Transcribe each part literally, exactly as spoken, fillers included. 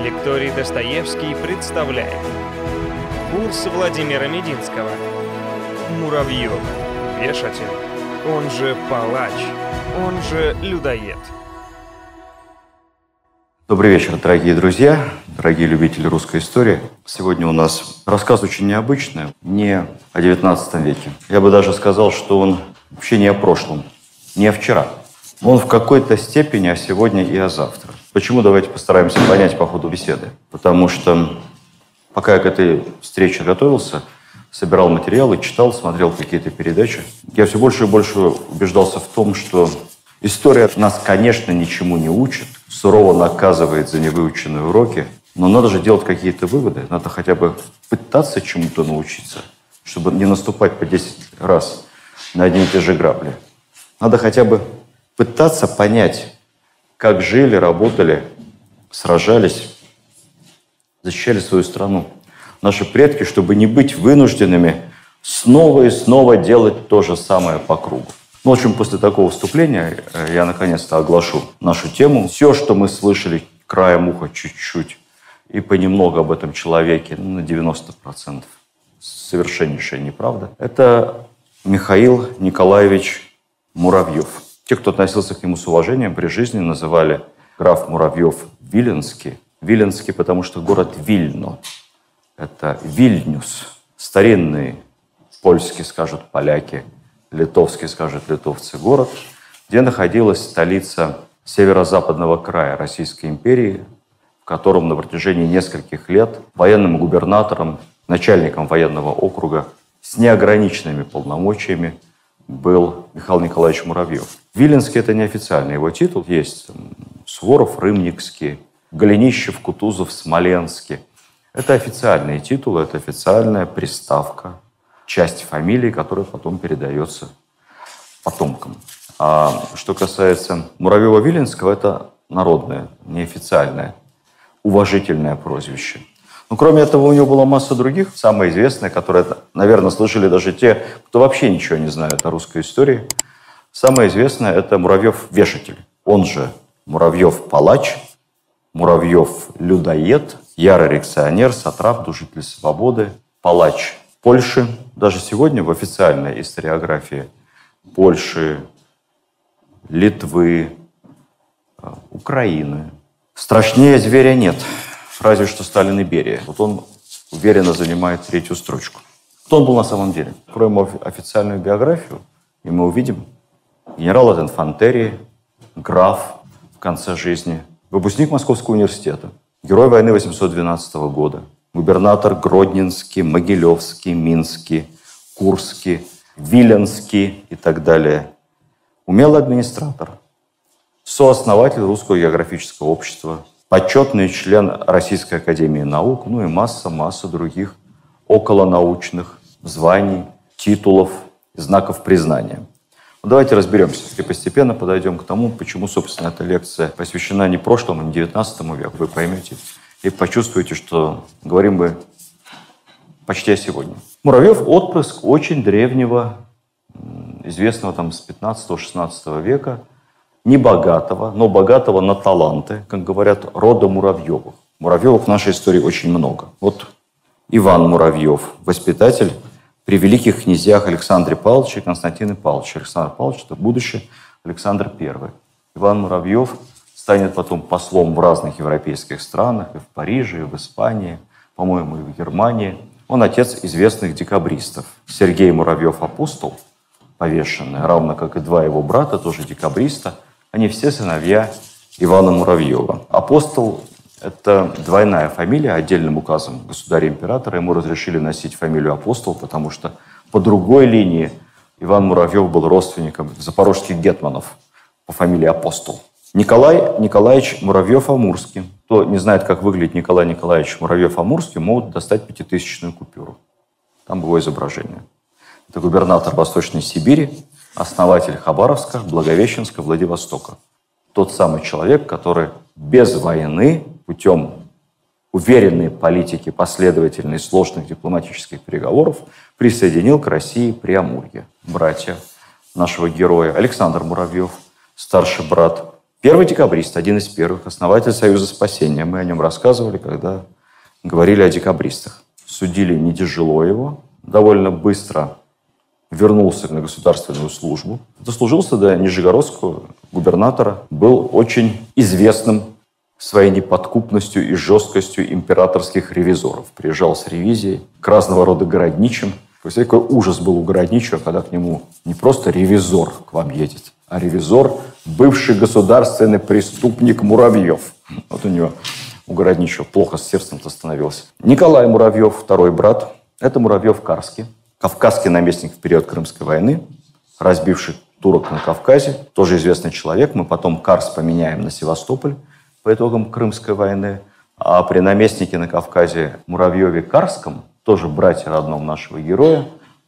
Лекторий Достоевский представляет курс Владимира Мединского. Муравьев, вешатель, он же палач, он же людоед. Добрый вечер, дорогие друзья, дорогие любители русской истории. Сегодня у нас рассказ очень необычный, не о девятнадцатом веке. Я бы даже сказал, что он вообще не о прошлом, не о вчера. Он в какой-то степени о сегодня и о завтра. Почему? Давайте постараемся понять по ходу беседы. Потому что пока я к этой встрече готовился, собирал материалы, читал, смотрел какие-то передачи, я все больше и больше убеждался в том, что история нас, конечно, ничему не учит, сурово наказывает за невыученные уроки, но надо же делать какие-то выводы, надо хотя бы пытаться чему-то научиться, чтобы не наступать по десять раз на одни и те же грабли. Надо хотя бы пытаться понять, как жили, работали, сражались, защищали свою страну. Наши предки, чтобы не быть вынужденными снова и снова делать то же самое по кругу. Ну, в общем, после такого вступления я наконец-то оглашу нашу тему. Все, что мы слышали краем уха чуть-чуть и понемногу об этом человеке, ну, на девяносто процентов совершеннейшая неправда, это Михаил Николаевич Муравьев. Те, кто относился к нему с уважением, при жизни называли граф Муравьев-Виленский. Виленский, потому что город Вильно. Это Вильнюс. Старинный польский, скажут поляки, литовский, скажут литовцы, город, где находилась столица северо-западного края Российской империи, в котором на протяжении нескольких лет военным губернатором, начальником военного округа с неограниченными полномочиями был Михаил Николаевич Муравьев. Виленский – это неофициальный его титул. Есть Суворов, Рымникский, Голенищев, Кутузов, Смоленский. Это официальные титулы, это официальная приставка, часть фамилии, которая потом передается потомкам. А что касается Муравьева-Виленского, это народное, неофициальное, уважительное прозвище. Но кроме этого у него была масса других. Самое известное, которое, наверное, слышали даже те, кто вообще ничего не знает о русской истории. Самое известное – это Муравьев-вешатель. Он же Муравьев-палач, Муравьев-людоед, ярый реакционер, сатрап, душитель свободы, палач Польши. Даже сегодня в официальной историографии Польши, Литвы, Украины страшнее зверя нет. Разве что Сталин и Берия. Вот он уверенно занимает третью строчку. Кто он был на самом деле? Откроем официальную биографию, и мы увидим генерал от инфантерии, граф в конце жизни, выпускник Московского университета, герой войны восемьсот двенадцатого года, губернатор Гродненский, Могилевский, Минский, Курский, Виленский и так далее. Умелый администратор, сооснователь Русского географического общества, почетный член Российской академии наук, ну и масса-масса других околонаучных званий, титулов, знаков признания. Ну, давайте разберемся и постепенно подойдем к тому, почему, собственно, эта лекция посвящена не прошлому, не девятнадцатому веку. Вы поймете и почувствуете, что говорим мы почти о сегодня. Муравьев – отпрыск очень древнего, известного там с пятнадцатого-шестнадцатого века, небогатого, но богатого на таланты, как говорят, рода Муравьевых. Муравьевых в нашей истории очень много. Вот Иван Муравьев, воспитатель при великих князьях Александре Павловиче и Константине Павловиче. Александр Павлович – это будущий Александр Первый. Иван Муравьев станет потом послом в разных европейских странах, и в Париже, и в Испании, по-моему, и в Германии. Он отец известных декабристов. Сергей Муравьев-апостол, повешенный, равно как и два его брата, тоже декабриста, они все сыновья Ивана Муравьева. Апостол – это двойная фамилия, отдельным указом государя-императора. Ему разрешили носить фамилию Апостол, потому что по другой линии Иван Муравьев был родственником запорожских гетманов по фамилии Апостол. Николай Николаевич Муравьев-Амурский. Кто не знает, как выглядит Николай Николаевич Муравьев-Амурский, могут достать пятитысячную купюру. Там его изображение. Это губернатор Восточной Сибири, основатель Хабаровска, Благовещенска, Владивостока. Тот самый человек, который без войны, путем уверенной политики, последовательной, сложных дипломатических переговоров, присоединил к России Преамурье. Братья нашего героя. Александр Муравьев, старший брат Первый декабрист, один из первых, основатель Союза спасения. Мы о нем рассказывали, когда говорили о декабристах. Судили не тяжело его, довольно быстро вернулся на государственную службу. Дослужился до нижегородского губернатора, был очень известным своей неподкупностью и жесткостью императорских ревизоров. Приезжал с ревизией к разного рода городничим. Какой ужас был у городничего, когда к нему не просто ревизор к вам едет, а ревизор – бывший государственный преступник Муравьев. Вот у него, у городничего, плохо с сердцем-то становился. Николай Муравьев, второй брат, это Муравьев-Карский, кавказский наместник в период Крымской войны, разбивший турок на Кавказе, тоже известный человек. Мы потом Карс поменяем на Севастополь по итогам Крымской войны. А при наместнике на Кавказе Муравьеве-Карском, тоже братья родном нашего героя,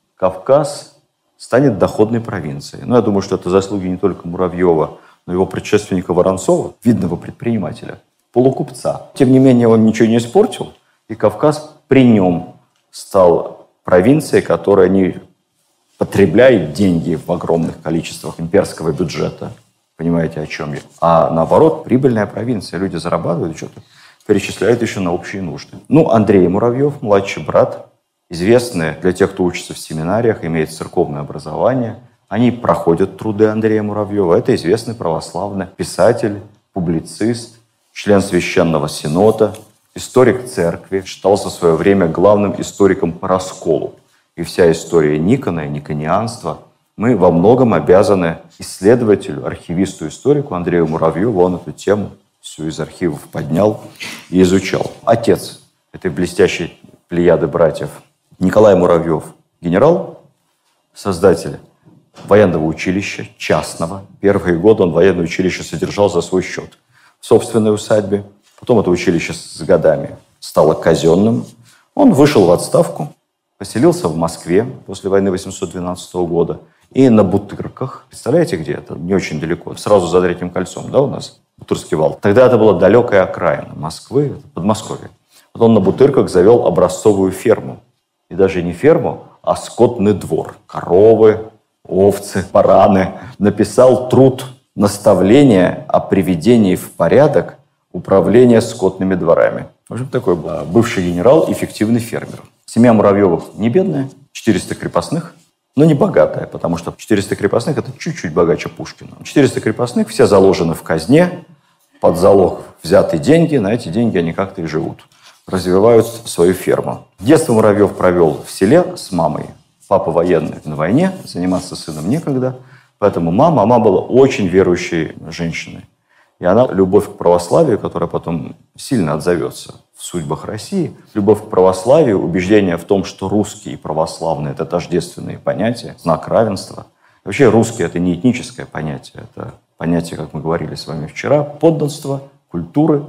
Кавказ станет доходной провинцией. Но я думаю, что это заслуги не только Муравьева, но и его предшественника Воронцова, видного предпринимателя, полукупца. Тем не менее, он ничего не испортил, и Кавказ при нем стал провинцией, которая не потребляет деньги в огромных количествах имперского бюджета. Понимаете, о чем я? А наоборот, прибыльная провинция. Люди зарабатывают, что-то перечисляют еще на общие нужды. Ну, Андрей Муравьев, младший брат, известный для тех, кто учится в семинариях, имеет церковное образование. Они проходят труды Андрея Муравьева. Это известный православный писатель, публицист, член Священного Синода, историк церкви. Считался в свое время главным историком по расколу. И вся история Никона и никонианства мы во многом обязаны исследователю, архивисту, историку Андрею Муравьеву. Он эту тему всю из архивов поднял и изучал. Отец этой блестящей плеяды братьев Николай Муравьев, генерал, создатель военного училища, частного. Первые годы он военное училище содержал за свой счет в собственной усадьбе. Потом это училище с годами стало казенным. Он вышел в отставку, поселился в Москве после войны восемьсот двенадцатого года. И на Бутырках, представляете, где это? Не очень далеко, сразу за Третьим кольцом, да, у нас? Бутырский вал. Тогда это была далекая окраина Москвы, Подмосковье. Вот он на Бутырках завел образцовую ферму. И даже не ферму, а скотный двор. Коровы, овцы, бараны. Написал труд наставления о приведении в порядок управления скотными дворами. В общем, такой был бывший генерал, эффективный фермер. Семья Муравьевых не бедная, четыреста крепостных, но не богатая, потому что четыреста крепостных – это чуть-чуть богаче Пушкина. четыреста крепостных все заложены в казне, под залог взяты деньги, на эти деньги они как-то и живут. Развивают свою ферму. Детство Муравьев провел в селе с мамой. Папа военный на войне, заниматься сыном некогда. Поэтому мама, мама была очень верующей женщиной. И она, любовь к православию, которая потом сильно отзовется в судьбах России, любовь к православию, убеждение в том, что русские и православные – это тождественные понятия, знак равенства. И вообще русский – это не этническое понятие, это понятие, как мы говорили с вами вчера, подданства, культуры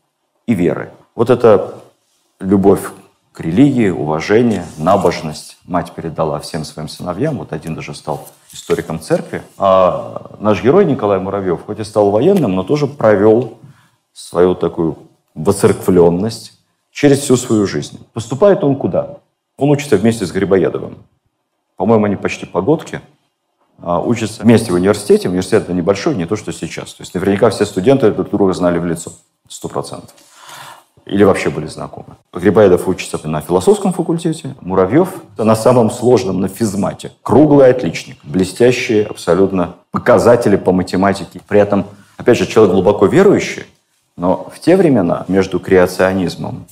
и веры. Вот это любовь к религии, уважение, набожность мать передала всем своим сыновьям. Вот один даже стал историком церкви. А наш герой Николай Муравьев, хоть и стал военным, но тоже провел свою такую воцерквленность через всю свою жизнь. Поступает он куда? Он учится вместе с Грибоедовым. По-моему, они почти погодки. А учатся вместе в университете. Университет небольшой, не то, что сейчас. То есть наверняка все студенты друг друга знали в лицо. Сто процентов. Или вообще были знакомы. Грибоедов учится на философском факультете, Муравьев на самом сложном, на физмате. Круглый отличник, блестящие абсолютно показатели по математике. При этом, опять же, человек глубоко верующий, но в те времена между креационизмом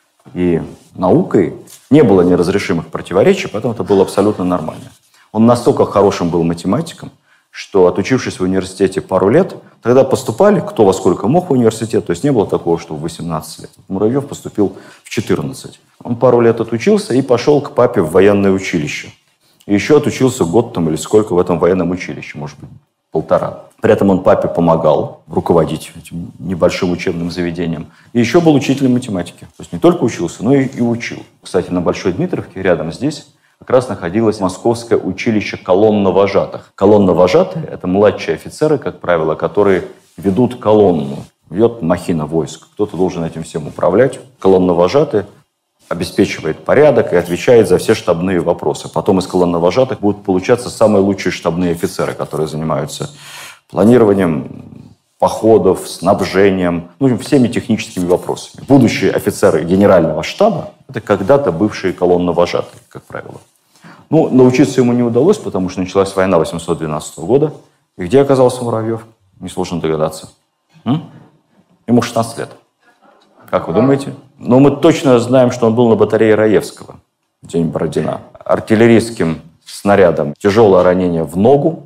и наукой не было неразрешимых противоречий, поэтому это было абсолютно нормально. Он настолько хорошим был математиком, что, отучившись в университете пару лет, тогда поступали кто во сколько мог в университет, то есть не было такого, что в восемнадцать лет. Муравьев поступил в четырнадцать. Он пару лет отучился и пошел к папе в военное училище. И еще отучился год там или сколько в этом военном училище, может быть, полтора. При этом он папе помогал руководить этим небольшим учебным заведением. И еще был учителем математики. То есть не только учился, но и, и учил. Кстати, на Большой Дмитровке, рядом здесь, как раз находилось Московское училище колонновожатых. Колонновожатые – это младшие офицеры, как правило, которые ведут колонну. Ведет махина войск. Кто-то должен этим всем управлять. Колонновожатый обеспечивает порядок и отвечает за все штабные вопросы. Потом из колонновожатых будут получаться самые лучшие штабные офицеры, которые занимаются планированием походов, снабжением, ну, всеми техническими вопросами. Будущие офицеры генерального штаба – это когда-то бывшие колонновожатые, как правило. Ну, научиться ему не удалось, потому что началась война восемьсот двенадцатого года. И где оказался Муравьев? Несложно догадаться. М? Ему шестнадцать лет. Как вы думаете? Но мы точно знаем, что он был на батарее Раевского в день Бородина. Артиллерийским снарядом тяжелое ранение в ногу,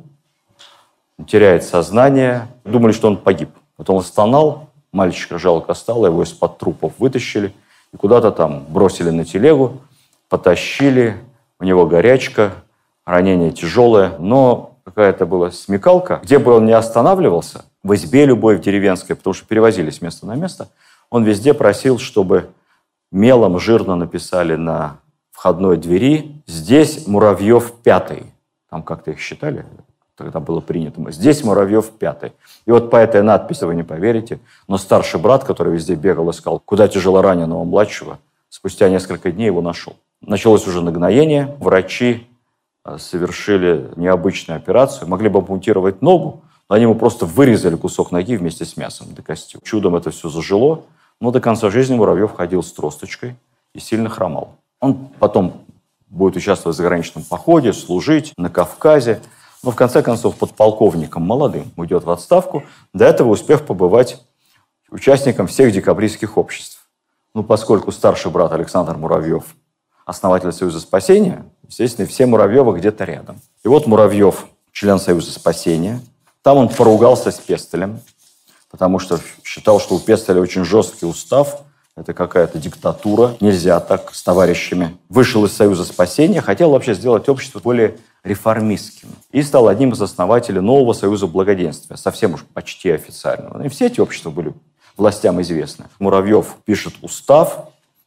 теряет сознание. Думали, что он погиб. Потом он стонал, мальчика жалко стало, его из-под трупов вытащили и куда-то там бросили на телегу, потащили. У него горячка, ранение тяжелое, но какая-то была смекалка. Где бы он ни останавливался, в избе любой, в деревенской, потому что перевозили с места на место, он везде просил, чтобы мелом жирно написали на входной двери «Здесь Муравьев пятый». Там как-то их считали, тогда было принято. «Здесь Муравьев пятый». И вот по этой надписи, вы не поверите, но старший брат, который везде бегал, искал, куда тяжело раненого младшего, спустя несколько дней его нашел. Началось уже нагноение. Врачи совершили необычную операцию. Могли бы ампутировать ногу, но они ему просто вырезали кусок ноги вместе с мясом до костей. Чудом это все зажило. Но до конца жизни Муравьев ходил с тросточкой и сильно хромал. Он потом будет участвовать в заграничном походе, служить на Кавказе. Но в конце концов подполковником молодым уйдет в отставку. До этого успев побывать участником всех декабристских обществ. Ну, поскольку старший брат Александр Муравьев основатель Союза спасения, естественно, все Муравьевы где-то рядом. И вот Муравьев, член Союза спасения, там он поругался с Пестелем, потому что считал, что у Пестеля очень жесткий устав, это какая-то диктатура, нельзя так с товарищами. Вышел из Союза спасения, хотел вообще сделать общество более реформистским. И стал одним из основателей нового Союза благоденствия, совсем уж почти официального. И все эти общества были властям известны. Муравьев пишет устав,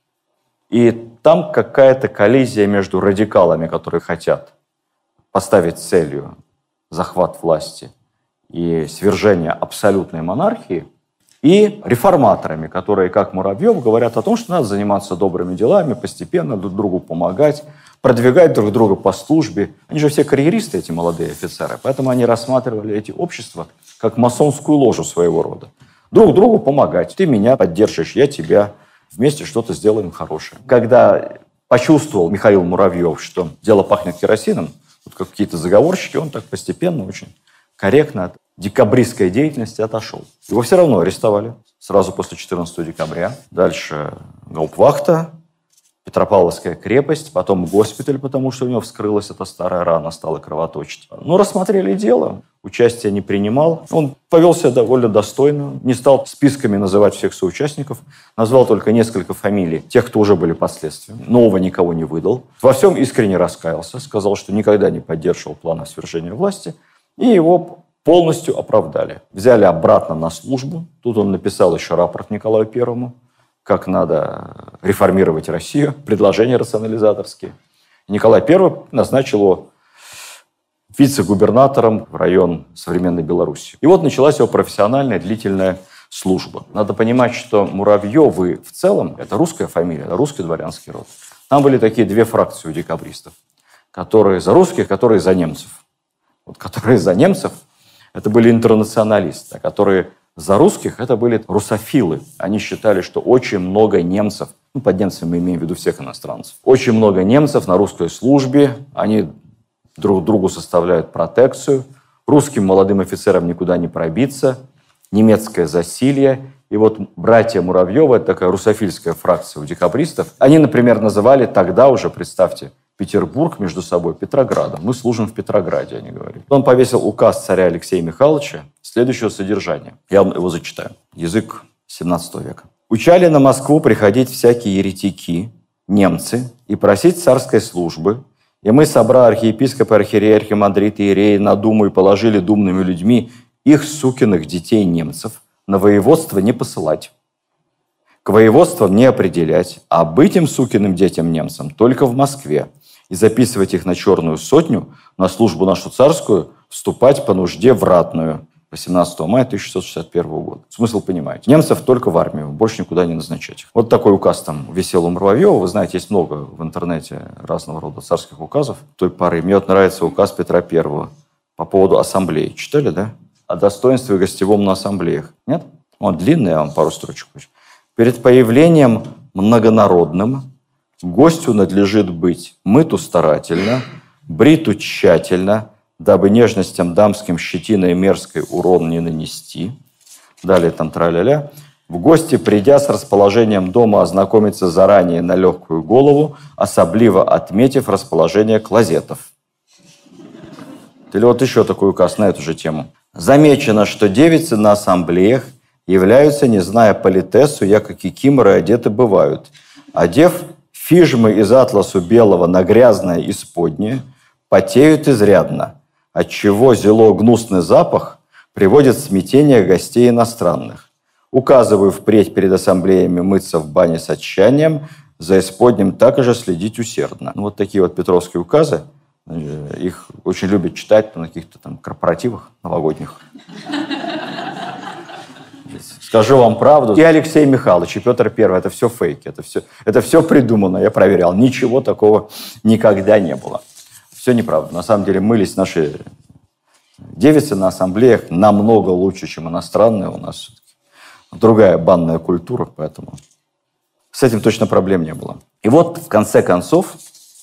и там какая-то коллизия между радикалами, которые хотят поставить целью захват власти и свержение абсолютной монархии, и реформаторами, которые, как Муравьев, говорят о том, что надо заниматься добрыми делами, постепенно друг другу помогать, продвигать друг друга по службе. Они же все карьеристы, эти молодые офицеры, поэтому они рассматривали эти общества как масонскую ложу своего рода. Друг другу помогать. Ты меня поддержишь, я тебя. Вместе что-то сделаем хорошее. Когда почувствовал Михаил Муравьев, что дело пахнет керосином, вот как какие-то заговорщики, он так постепенно, очень корректно от декабристской деятельности отошел. Его все равно арестовали сразу после четырнадцатого декабря. Дальше гауптвахта, Петропавловская крепость, потом госпиталь, потому что у него вскрылась эта старая рана, стала кровоточить. Ну, рассмотрели дело, участия не принимал. Он повел себя довольно достойно, не стал списками называть всех соучастников, назвал только несколько фамилий тех, кто уже были последствия. Нового никого не выдал. Во всем искренне раскаялся, сказал, что никогда не поддерживал плана свержения власти, и его полностью оправдали. Взяли обратно на службу. Тут он написал еще рапорт Николаю Первому, как надо реформировать Россию, предложения рационализаторские. Николай Первый назначил его вице-губернатором в район современной Беларуси. И вот началась его профессиональная длительная служба. Надо понимать, что Муравьевы в целом – это русская фамилия, это русский дворянский род. Там были такие две фракции у декабристов, которые за русских, которые за немцев. Вот которые за немцев – это были интернационалисты, а которые за русских это были русофилы. Они считали, что очень много немцев, ну, под немцами мы имеем в виду всех иностранцев, очень много немцев на русской службе, они друг другу составляют протекцию, русским молодым офицерам никуда не пробиться, немецкое засилье. И вот братья Муравьевы, это такая русофильская фракция у декабристов, они, например, называли тогда уже, представьте, Петербург между собой Петроградом. Мы служим в Петрограде, они говорили. Он повесил указ царя Алексея Михайловича следующего содержания. Я вам его зачитаю. Язык семнадцатого века. «Учали на Москву приходить всякие еретики, немцы, и просить царской службы, и мы, собра архиепископы, архиереи, архимандриты, иереи, на думу и положили думными людьми их сукиных детей немцев на воеводство не посылать, к воеводствам не определять, а быть им сукиным детям немцам только в Москве, и записывать их на черную сотню, на службу нашу царскую, вступать по нужде в ратную». восемнадцатого мая тысяча шестьсот шестьдесят первого года. Смысл понимаете. Немцев только в армию, больше никуда не назначать. Вот такой указ там висел у Муравьева. Вы знаете, есть много в интернете разного рода царских указов той поры. Мне вот нравится указ Петра Первого по поводу ассамблеи. Читали, да? о достоинстве гостевом на ассамблеях. Нет? Он длинный, я вам пару строчек хочу. Перед появлением многонародным гостю надлежит быть мыту старательно, бриту тщательно, дабы нежностям дамским щетиной мерзкой урон не нанести. Далее там тра-ля-ля. В гости, придя с расположением дома, ознакомиться заранее на легкую голову, особливо отметив расположение клозетов. Или вот еще такой указ на эту же тему. Замечено, что девицы на ассамблеях являются, не зная политесу, яко кикиморы одеты бывают. Одев фижмы из атласу белого на грязное исподнее, потеют изрядно, отчего зело гнусный запах приводит в смятение гостей иностранных. Указываю впредь перед ассамблеями мыться в бане с отчаянием, за исподним также следить усердно. Ну, вот такие вот петровские указы. Их очень любят читать на каких-то там корпоративах новогодних. Скажу вам правду. И Алексей Михайлович, и Петр Первый, это все фейки, это все, это все придумано, я проверял. Ничего такого никогда не было. Все неправда. На самом деле мылись наши девицы на ассамблеях намного лучше, чем иностранные. У нас другая банная культура, поэтому с этим точно проблем не было. И вот, в конце концов,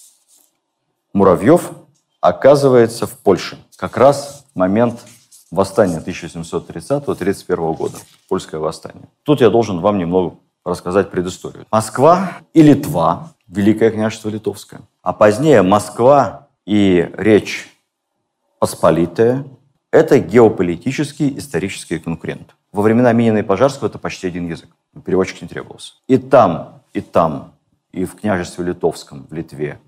Муравьев оказывается в Польше. Как раз в момент восстания тысяча семьсот тридцатого — тридцать первого года. Польское восстание. Тут я должен вам немного рассказать предысторию. Москва и Литва, Великое княжество Литовское. А позднее Москва и Речь Посполитая – это геополитические исторические конкуренты. Во времена Минина и Пожарского это почти один язык. Переводчик не требовался. И там, и там, и в княжестве Литовском, в Литве,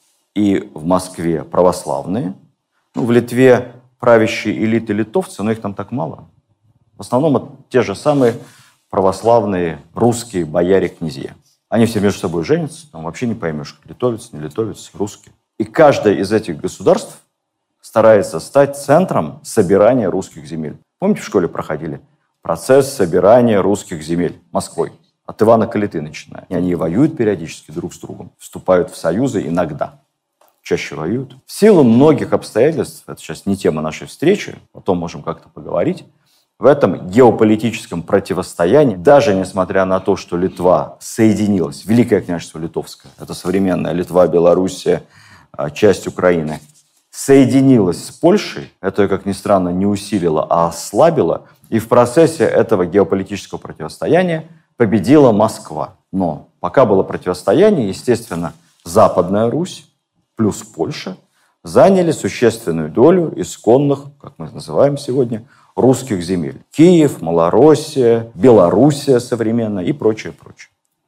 и в Москве православные. Ну, в Литве правящие элиты литовцы, но их там так мало. В основном это те же самые православные русские бояре-князья. Они все между собой женятся, там вообще не поймешь, литовец, не литовец, русский. И каждое из этих государств старается стать центром собирания русских земель. Помните, в школе проходили процесс собирания русских земель Москвой? От Ивана Калиты начиная. И они воюют периодически друг с другом, вступают в союзы иногда. Чаще воюют. В силу многих обстоятельств, это сейчас не тема нашей встречи, потом можем как-то поговорить, в этом геополитическом противостоянии, даже несмотря на то, что Литва соединилась, Великое княжество Литовское, это современная Литва, Белоруссия, часть Украины, соединилась с Польшей, это, как ни странно, не усилило, а ослабило, и в процессе этого геополитического противостояния победила Москва. Но пока было противостояние, естественно, Западная Русь плюс Польша заняли существенную долю исконных, как мы называем сегодня, русских земель. Киев, Малороссия, Белоруссия современная и прочее, прочее.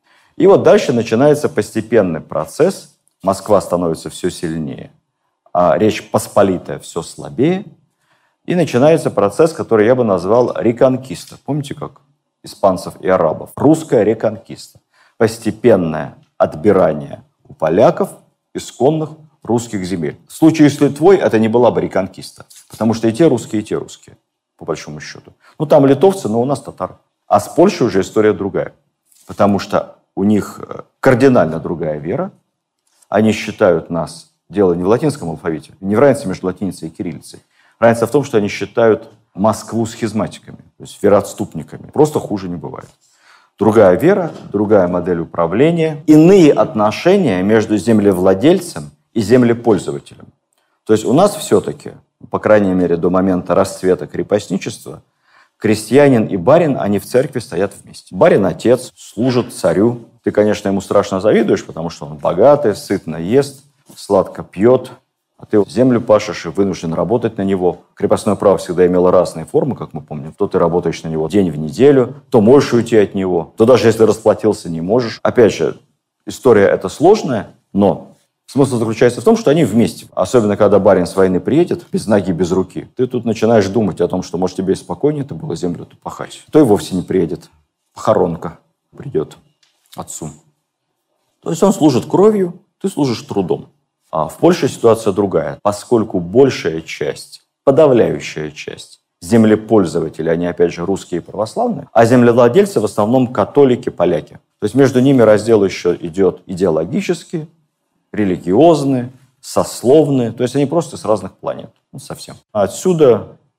И вот дальше начинается постепенный процесс. Москва становится все сильнее, а Речь Посполитая все слабее. И начинается процесс, который я бы назвал реконкиста. Помните, как испанцев и арабов? Русская реконкиста. Постепенное отбирание у поляков исконных русских земель. В случае с Литвой это не была бы реконкиста, потому что и те русские, и те русские, по большому счету. Ну, там литовцы, но у нас татары. А с Польшей уже история другая, потому что у них кардинально другая вера. Они считают нас, дело не в латинском алфавите, не в разнице между латиницей и кириллицей. Разница в том, что они считают Москву схизматиками, то есть вероотступниками. Просто хуже не бывает. Другая вера, другая модель управления, иные отношения между землевладельцем и землепользователем. То есть у нас все-таки, по крайней мере до момента расцвета крепостничества, крестьянин и барин, они в церкви стоят вместе. Барин – отец, служит царю. Ты, конечно, ему страшно завидуешь, потому что он богатый, сытно ест, сладко пьет, а ты землю пашешь и вынужден работать на него. Крепостное право всегда имело разные формы, как мы помним. То ты работаешь на него день в неделю, то можешь уйти от него, то даже если расплатился, не можешь. Опять же, история эта сложная, но смысл заключается в том, что они вместе. Особенно, когда барин с войны приедет, без ноги, без руки, ты тут начинаешь думать о том, что, может, тебе и спокойнее-то было землю-то пахать. То и вовсе не приедет. Похоронка придет отцу. То есть он служит кровью, ты служишь трудом. А в Польше ситуация другая. Поскольку большая часть, подавляющая часть землепользователей, они, опять же, русские и православные, а землевладельцы в основном католики, поляки. То есть между ними раздел еще идет идеологический, религиозные, сословные, то есть они просто с разных планет, ну, совсем. А отсюда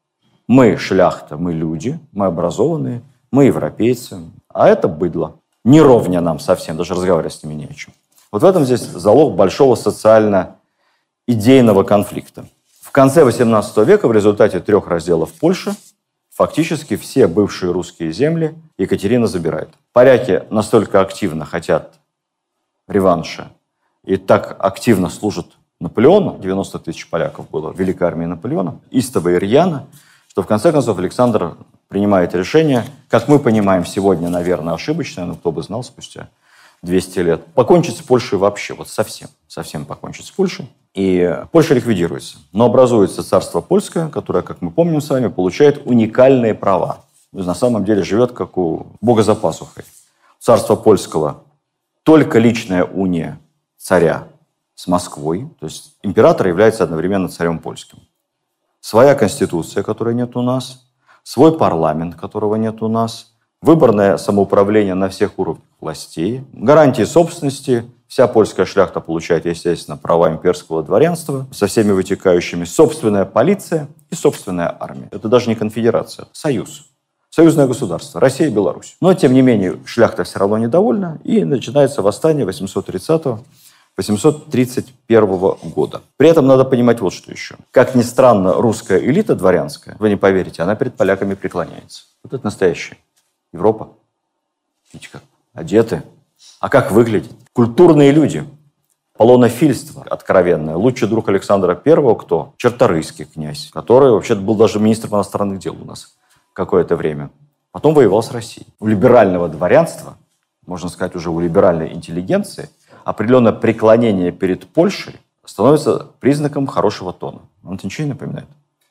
Мы шляхта, мы люди, мы образованные, мы европейцы, а это быдло. Не ровня нам совсем, даже разговаривать с ними не о чем. Вот в этом здесь залог большого социально-идейного конфликта. В конце восемнадцатого века в результате трех разделов Польши фактически все бывшие русские земли Екатерина забирает. Поляки настолько активно хотят реванша и так активно служат Наполеону, девяносто тысяч поляков было в Великой армии Наполеона, истово и рьяно, что в конце концов Александр принимает решение, как мы понимаем сегодня, наверное, ошибочное, но кто бы знал спустя двести лет, покончить с Польшей вообще, вот совсем, совсем покончить с Польшей. И Польша ликвидируется. Но образуется царство польское, которое, как мы помним с вами, получает уникальные права. То есть на самом деле живет как у бога за пасухой. Царство польского только личная уния царя с Москвой, то есть император является одновременно царем польским. Своя конституция, которой нет у нас, свой парламент, которого нет у нас, выборное самоуправление на всех уровнях властей, гарантии собственности. Вся польская шляхта получает, естественно, права имперского дворянства со всеми вытекающими. Собственная полиция и собственная армия. Это даже не конфедерация, это союз. Союзное государство. Россия и Беларусь. Но, тем не менее, шляхта все равно недовольна. И начинается восстание восемьсот тридцатого — восемьсот тридцать первого года. При этом надо понимать вот что еще. Как ни странно, русская элита дворянская, вы не поверите, она перед поляками преклоняется. Вот это настоящая Европа. Видите, как одеты. А как выглядят? Культурные люди. Полонофильство откровенное. Лучший друг Александра Первого кто? Черторийский князь, который вообще-то был даже министром иностранных дел у нас какое-то время. Потом воевал с Россией. У либерального дворянства, можно сказать, уже у либеральной интеллигенции, определенное преклонение перед Польшей становится признаком хорошего тона. Вам это ничего не напоминает?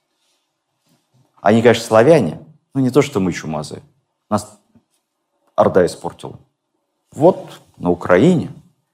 Они, конечно, славяне, но не то, что мы чумазые. Нас Орда испортила. Вот на Украине,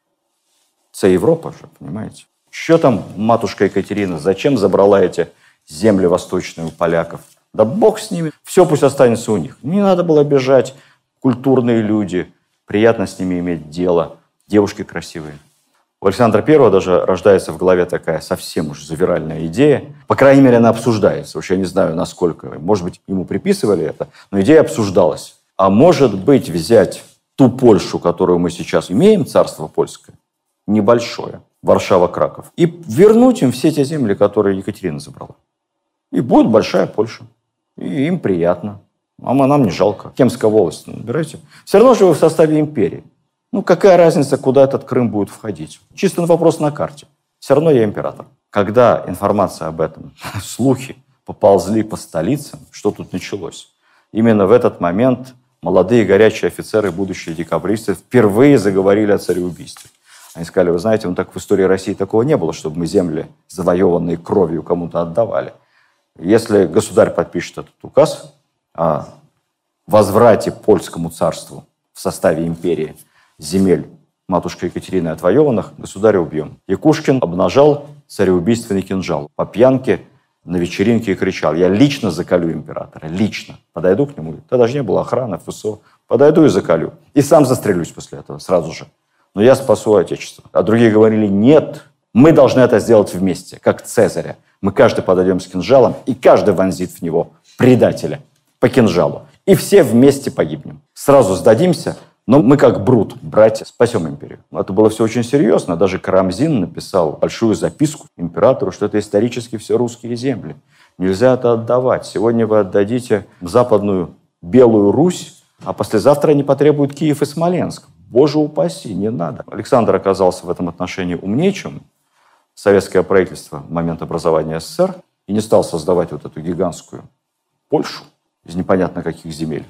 це Европа же, понимаете? Что там матушка Екатерина, зачем забрала эти земли восточные у поляков? Да бог с ними, все пусть останется у них. Не надо было бежать, культурные люди, приятно с ними иметь дело, девушки красивые. У Александра Первого даже рождается в голове такая совсем уж завиральная идея. По крайней мере, она обсуждается. Уж я не знаю, насколько. Может быть, ему приписывали это, но идея обсуждалась. А может быть, взять ту Польшу, которую мы сейчас имеем, царство польское, небольшое, Варшава-Краков, и вернуть им все те земли, которые Екатерина забрала. И будет большая Польша. И им приятно. А нам не жалко. Кемская волость набирайте. Все равно же вы в составе империи. Ну, какая разница, куда этот Крым будет входить? Чисто вопрос на карте. Все равно я император. Когда информация об этом, слухи поползли по столицам, что тут началось? Именно в этот момент молодые горячие офицеры, будущие декабристы, впервые заговорили о цареубийстве. Они сказали, вы знаете, ну так в истории России такого не было, чтобы мы земли, завоеванные кровью, кому-то отдавали. Если государь подпишет этот указ о возврате польскому царству в составе империи земель матушкой Екатерины отвоеванных, государя убьем. Якушкин обнажал цареубийственный кинжал по пьянке на вечеринке и кричал, я лично заколю императора, лично. Подойду к нему, тогда же не было охраны, ФСО, подойду и заколю. И сам застрелюсь после этого сразу же. Но я спасу Отечество. А другие говорили, нет, мы должны это сделать вместе, как Цезаря. Мы каждый подойдем с кинжалом, и каждый вонзит в него предателя по кинжалу. И все вместе погибнем. Сразу сдадимся, но мы как Брут, братья, спасем империю. Это было все очень серьезно. Даже Карамзин написал большую записку императору, что это исторически все русские земли. Нельзя это отдавать. Сегодня вы отдадите западную Белую Русь, а послезавтра они потребуют Киев и Смоленск. Боже упаси, не надо. Александр оказался в этом отношении умнее, чем советское правительство в момент образования СССР и не стал создавать вот эту гигантскую Польшу из непонятно каких земель.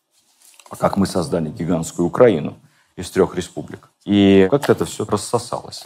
А как мы создали гигантскую Украину из трех республик. И как-то это все рассосалось.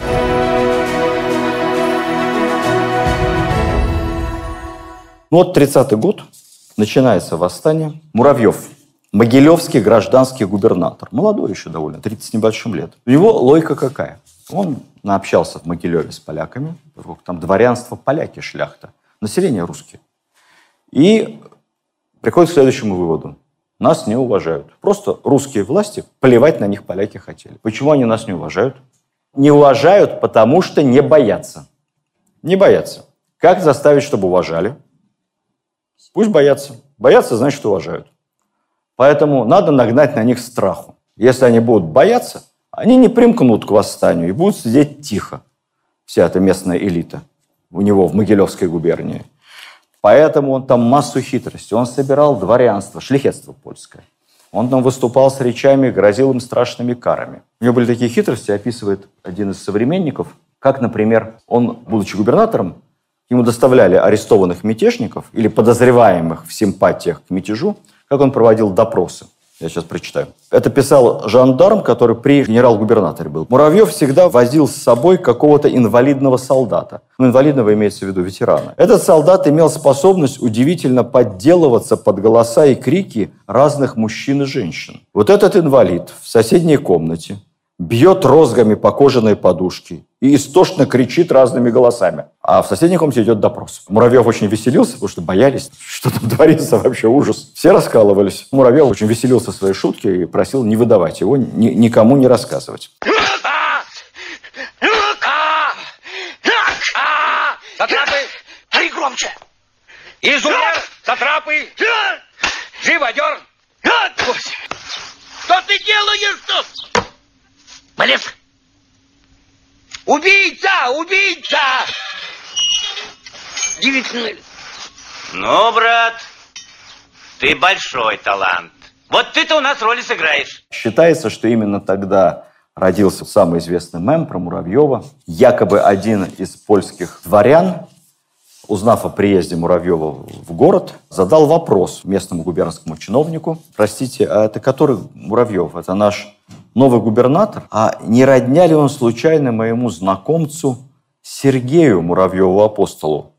Ну вот тридцатый год, начинается восстание. Муравьев, могилевский гражданский губернатор, молодой еще довольно, тридцать с небольшим лет. У него логика какая? Он наобщался в Могилеве с поляками, там дворянство, поляки, шляхта, население русские. И приходит к следующему выводу. Нас не уважают. Просто русские власти, плевать на них поляки хотели. Почему они нас не уважают? Не уважают, потому что не боятся. Не боятся. Как заставить, чтобы уважали? Пусть боятся. Боятся, значит, уважают. Поэтому надо нагнать на них страху. Если они будут бояться, они не примкнут к восстанию и будут сидеть тихо. Вся эта местная элита у него в Могилевской губернии. Поэтому он там массу хитростей. Он собирал дворянство, шляхетство польское. Он там выступал с речами, грозил им страшными карами. У него были такие хитрости, описывает один из современников, как, например, он, будучи губернатором, ему доставляли арестованных мятежников или подозреваемых в симпатиях к мятежу, как он проводил допросы. Я сейчас прочитаю. Это писал жандарм, который при генерал-губернаторе был. Муравьев всегда возил с собой какого-то инвалидного солдата. Ну, инвалидного имеется в виду ветерана. Этот солдат имел способность удивительно подделываться под голоса и крики разных мужчин и женщин. Вот этот инвалид в соседней комнате бьет розгами по кожаной подушке и истошно кричит разными голосами. А в соседней комнате идет допрос. Муравьев очень веселился, потому что боялись, что там творится, вообще ужас. Все раскалывались. Муравьев очень веселился в своей шутке и просил не выдавать его, ни, никому не рассказывать. Сатрапы, ай, громче! Изумер, сатрапы, живодер! Что ты делаешь тут? Малец! Убийца! Убийца! Удивительно. Ну, брат, ты большой талант. Вот ты-то у нас роли сыграешь. Считается, что именно тогда родился самый известный мем про Муравьева. Якобы один из польских дворян, узнав о приезде Муравьева в город, задал вопрос местному губернскому чиновнику. Простите, а это который Муравьев? Это наш новый губернатор? А не родня ли он случайно моему знакомцу Сергею Муравьеву-апостолу,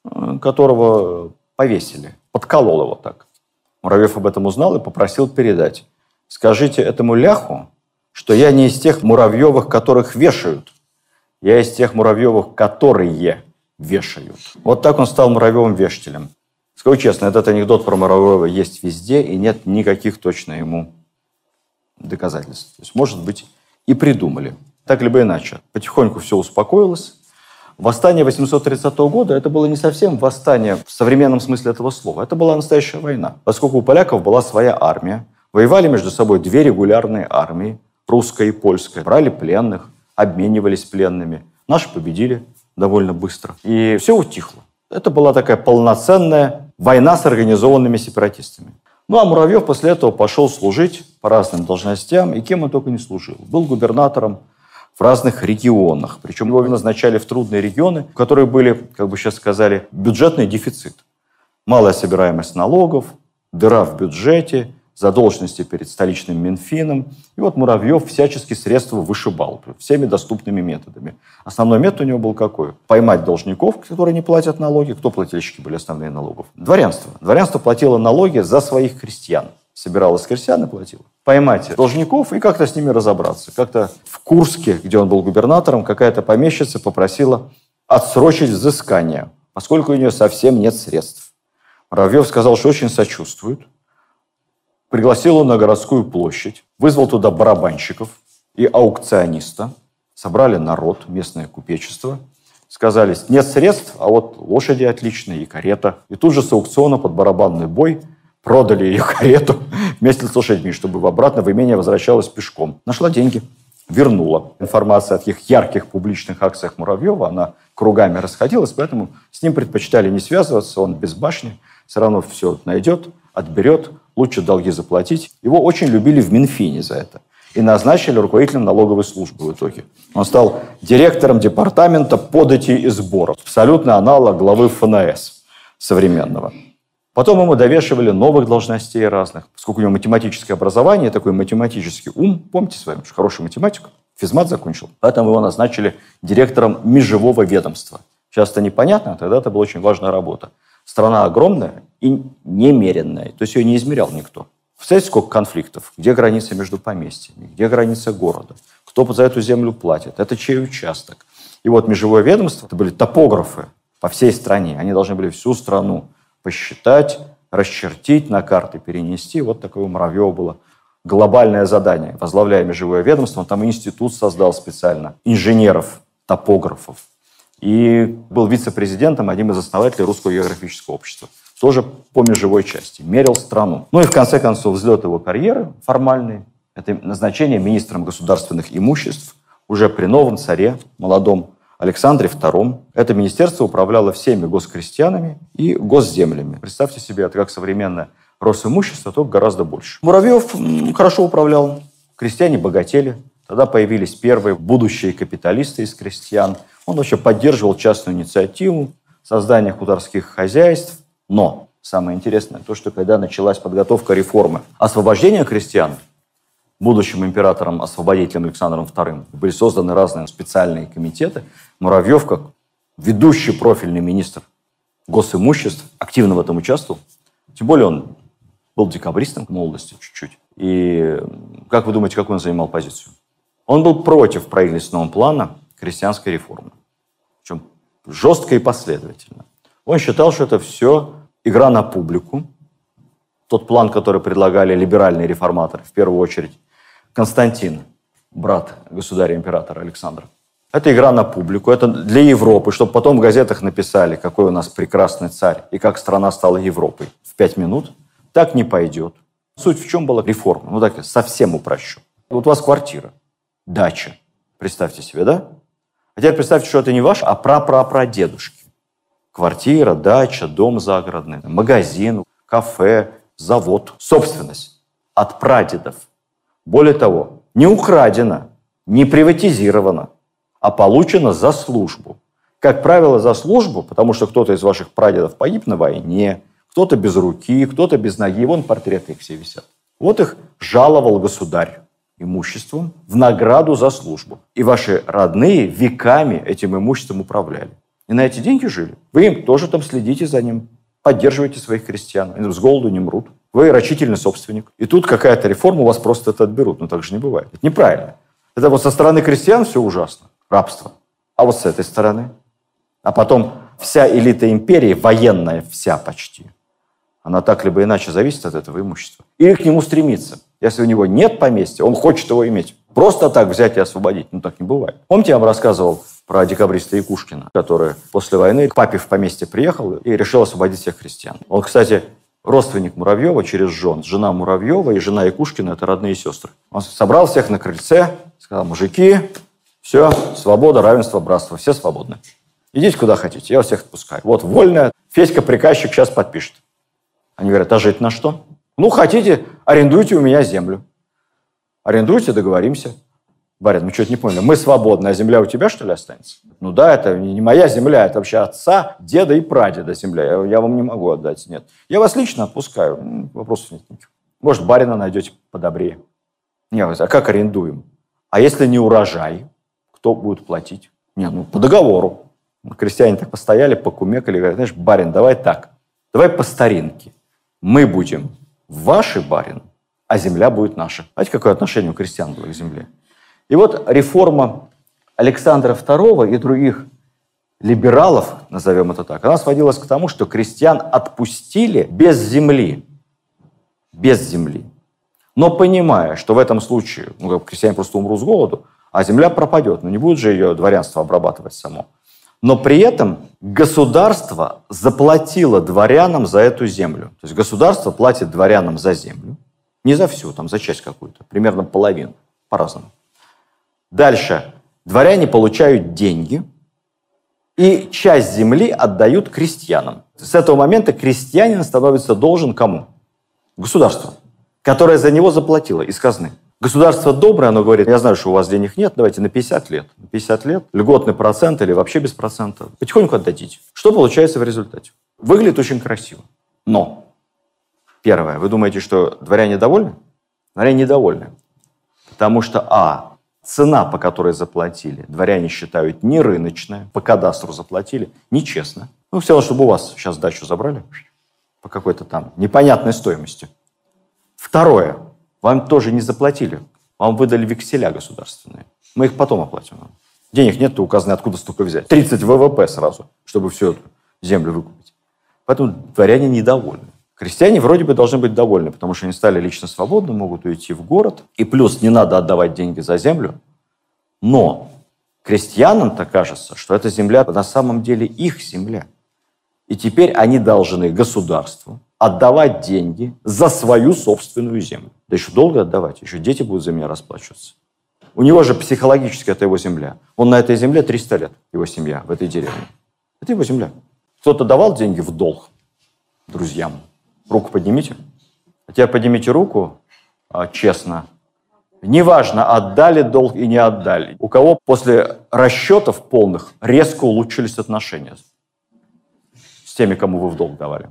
которого повесили, подколол его так? Муравьев об этом узнал и попросил передать. Скажите этому ляху, что я не из тех Муравьевых, которых вешают. Я из тех Муравьевых, которые вешают. Вот так он стал Муравьевым-вешателем. Скажу честно, этот анекдот про Муравьева есть везде, и нет никаких точно ему доказательств. То есть, может быть, и придумали. Так либо иначе. Потихоньку все успокоилось. Восстание восемьсот тридцатого года – это было не совсем восстание в современном смысле этого слова. Это была настоящая война. Поскольку у поляков была своя армия, воевали между собой две регулярные армии, русская и польская, брали пленных, обменивались пленными. Наши победили довольно быстро. И все утихло. Это была такая полноценная война с организованными сепаратистами. Ну, а Муравьев после этого пошел служить по разным должностям, и кем он только не служил. Был губернатором в разных регионах. Причем его назначали в трудные регионы, в которые были, как бы сейчас сказали, бюджетный дефицит. Малая собираемость налогов, дыра в бюджете, задолженности перед столичным Минфином. И вот Муравьев всячески средства вышибал всеми доступными методами. Основной метод у него был какой? Поймать должников, которые не платят налоги. Кто плательщики были основные налогов? Дворянство. Дворянство платило налоги за своих крестьян. Собиралось с крестьян и платило. Поймать должников и как-то с ними разобраться. Как-то в Курске, где он был губернатором, какая-то помещица попросила отсрочить взыскание, поскольку у нее совсем нет средств. Муравьев сказал, что очень сочувствует. Пригласил его на городскую площадь, вызвал туда барабанщиков и аукциониста. Собрали народ, местное купечество. Сказали, нет средств, а вот лошади отличные и карета. И тут же с аукциона под барабанный бой продали ее карету вместе с лошадьми, чтобы обратно в имение возвращалась пешком. Нашла деньги, вернула. Информация о таких ярких публичных акциях Муравьева, она кругами расходилась, поэтому с ним предпочитали не связываться, он без башни, все равно все найдет, отберет, лучше долги заплатить. Его очень любили в Минфине за это. И назначили руководителем налоговой службы в итоге. Он стал директором департамента податей и сборов. Абсолютно аналог главы эф эн эс современного. Потом ему довешивали новых должностей разных. Поскольку у него математическое образование, такой математический ум, помните с вами, что хороший математик, физмат закончил. Поэтому его назначили директором межевого ведомства. Сейчас это непонятно, а тогда это была очень важная работа. Страна огромная и немеренная, то есть ее не измерял никто. Представляете, сколько конфликтов? Где граница между поместьями? Где граница города? Кто за эту землю платит? Это чей участок? И вот межевое ведомство, это были топографы по всей стране. Они должны были всю страну посчитать, расчертить, на карты перенести. Вот такое у Муравьева было глобальное задание. Возглавляя межевое ведомство, он там институт создал специально инженеров, топографов. И был вице-президентом, одним из основателей Русского географического общества. тоже по межевой части, мерил страну. Ну и в конце концов взлет его карьеры формальный, это назначение министром государственных имуществ уже при новом царе, молодом Александре втором. Это министерство управляло всеми госкрестьянами и госземлями. Представьте себе, это как современное Росимущество, только гораздо больше. Муравьев хорошо управлял, крестьяне богатели. Тогда появились первые будущие капиталисты из крестьян. Он вообще поддерживал частную инициативу, создание хуторских хозяйств. Но самое интересное то, что когда началась подготовка реформы освобождения крестьян, будущим императором-освободителем Александром вторым были созданы разные специальные комитеты. Муравьев, как ведущий профильный министр госимуществ, активно в этом участвовал. Тем более он был декабристом в молодости чуть-чуть. И как вы думаете, какую он занимал позицию? Он был против правительственного плана крестьянской реформы. Причем жестко и последовательно. Он считал, что это все игра на публику. Тот план, который предлагали либеральные реформаторы, в первую очередь Константин, брат государя-императора Александра. Это игра на публику, это для Европы, чтобы потом в газетах написали, какой у нас прекрасный царь и как страна стала Европой в пять минут. Так не пойдет. Суть в чем была реформа? Ну так, совсем упрощу. Вот у вас квартира, дача. Представьте себе, да? А теперь представьте, что это не ваш, а прапрапрадедушки. Квартира, дача, дом загородный, магазин, кафе, завод. Собственность от прадедов. Более того, не украдена, не приватизирована, а получена за службу. Как правило, за службу, потому что кто-то из ваших прадедов погиб на войне, кто-то без руки, кто-то без ноги. Вон портреты их все висят. Вот их жаловал государь имуществом в награду за службу. И ваши родные веками этим имуществом управляли. И на эти деньги жили. Вы им тоже там следите за ним, поддерживаете своих крестьян. Они с голоду не мрут. Вы рачительный собственник. И тут какая-то реформа, у вас просто это отберут. Но так же не бывает. Это неправильно. Это вот со стороны крестьян все ужасно. Рабство. А вот с этой стороны. А потом вся элита империи, военная вся почти, она так либо иначе зависит от этого имущества. Или к нему стремится. Если у него нет поместья, он хочет его иметь. Просто так взять и освободить. Ну, так не бывает. Помните, я вам рассказывал про декабриста Якушкина, который после войны к папе в поместье приехал и решил освободить всех крестьян. Он, кстати, родственник Муравьева через жен. Жена Муравьева и жена Якушкина – это родные сестры. Он собрал всех на крыльце, сказал: мужики, все, свобода, равенство, братство, все свободны. Идите куда хотите, я вас всех отпускаю. Вот, вольная, Федька приказчик сейчас подпишет. Они говорят: а жить на что? Ну, хотите, арендуйте у меня землю. Арендуйте, договоримся. Барин, мы что-то не поняли. Мы свободны, а земля у тебя, что ли, останется? Ну да, это не моя земля, это вообще отца, деда и прадеда земля. Я, я вам не могу отдать, нет. Я вас лично отпускаю, вопросов нет никаких. Может, барина найдете подобрее. Нет, а как арендуем? А если не урожай, кто будет платить? Не, ну, по договору. Крестьяне так постояли, покумекали, говорят: знаешь, барин, давай так, давай по старинке. Мы будем ваши, барин, а земля будет наша. Знаете, какое отношение у крестьян было к земле? И вот реформа Александра второго и других либералов, назовем это так, она сводилась к тому, что крестьян отпустили без земли. Без земли. Но понимая, что в этом случае ну, крестьяне просто умрут с голоду, а земля пропадет. Ну не будет же ее дворянство обрабатывать само. Но при этом государство заплатило дворянам за эту землю. То есть государство платит дворянам за землю. Не за всю, там за часть какую-то. Примерно половину. По-разному. Дальше. Дворяне получают деньги. И часть земли отдают крестьянам. С этого момента крестьянин становится должен кому? Государству, которое за него заплатило из казны. Государство доброе, оно говорит: я знаю, что у вас денег нет, давайте на пятьдесят лет. На пятьдесят лет, льготный процент или вообще без процента. Потихоньку отдадите. Что получается в результате? Выглядит очень красиво. Но, первое, вы думаете, что дворяне довольны? Дворяне недовольны. Потому что, а, цена, по которой заплатили, дворяне считают не рыночная, по кадастру заплатили, нечестно. Ну, все равно, чтобы у вас сейчас дачу забрали по какой-то там непонятной стоимости. Второе. Вам тоже не заплатили. Вам выдали векселя государственные. Мы их потом оплатим. Денег нет у казны, откуда столько взять? тридцать вэ вэ пэ сразу, чтобы всю эту землю выкупить. Поэтому дворяне недовольны. Крестьяне вроде бы должны быть довольны, потому что они стали лично свободны, могут уйти в город. И плюс не надо отдавать деньги за землю. Но крестьянам-то кажется, что эта земля на самом деле их земля. И теперь они должны государству отдавать деньги за свою собственную землю. Да еще долго отдавать, еще дети будут за меня расплачиваться. У него же психологически это его земля. Он на этой земле триста лет, его семья в этой деревне. Это его земля. Кто-то давал деньги в долг друзьям? Руку поднимите. А теперь поднимите руку а, честно. Неважно, отдали долг и не отдали. У кого после расчетов полных резко улучшились отношения с теми, кому вы в долг давали?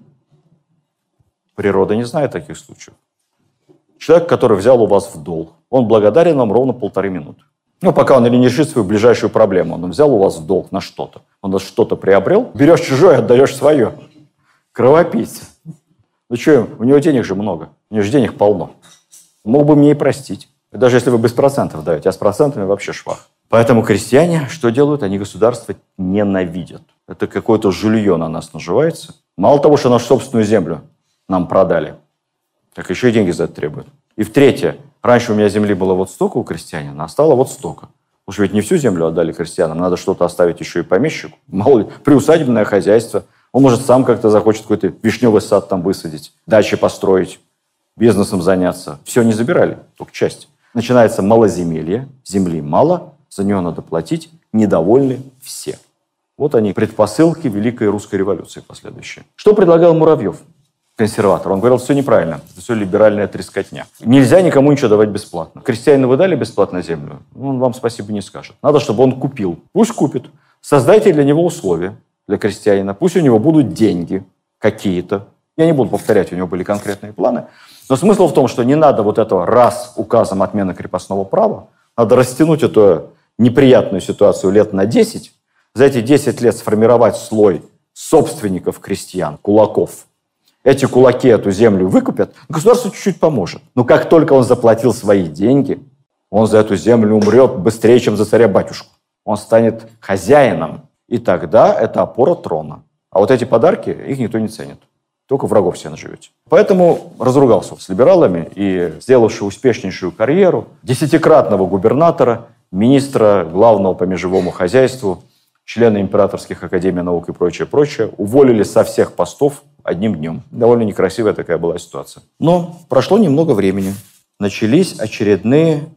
Природа не знает таких случаев. Человек, который взял у вас в долг, он благодарен вам ровно полторы минуты. Ну, пока он или не решит свою ближайшую проблему, он взял у вас в долг на что-то. Он что-то приобрел, берешь чужое, отдаешь свое. Кровопийца. Ну что, у него денег же много, у него же денег полно. Мог бы мне и простить. Даже если вы без процентов даете, а с процентами вообще швах. Поэтому крестьяне что делают? Они государство ненавидят. Это какое-то жулье на нас наживается. Мало того, что нашу собственную землю нам продали, так еще и деньги за это требуют. И в-третье, раньше у меня земли было вот столько у крестьянина, а стало вот столько. Уж ведь не всю землю отдали крестьянам, надо что-то оставить еще и помещику. Мало ли, приусадебное хозяйство. Он, может, сам как-то захочет какой-то вишневый сад там высадить, дачи построить, бизнесом заняться. Все не забирали, только часть. Начинается малоземелье, земли мало, за нее надо платить, недовольны все. Вот они, предпосылки Великой Русской революции последующие. Что предлагал Муравьев, консерватор? Он говорил, все неправильно, это все либеральная трескотня. Нельзя никому ничего давать бесплатно. Крестьянину вы дали бесплатно землю, он вам спасибо не скажет. Надо, чтобы он купил. Пусть купит. Создайте для него условия, для крестьянина. Пусть у него будут деньги какие-то. Я не буду повторять, у него были конкретные планы. Но смысл в том, что не надо вот этого раз указом отмены крепостного права, надо растянуть эту неприятную ситуацию лет на десять, за эти десять лет сформировать слой собственников крестьян, кулаков. Эти кулаки эту землю выкупят, государство чуть-чуть поможет. Но как только он заплатил свои деньги, он за эту землю умрет быстрее, чем за царя-батюшку. Он станет хозяином, и тогда это опора трона. А вот эти подарки, их никто не ценит. Только врагов себе наживете. Поэтому разругался с либералами и, сделавший успешнейшую карьеру, десятикратного губернатора, министра главного по межевому хозяйству, члена императорских академий наук и прочее, прочее, уволили со всех постов одним днем. Довольно некрасивая такая была ситуация. Но прошло немного времени. Начались очередные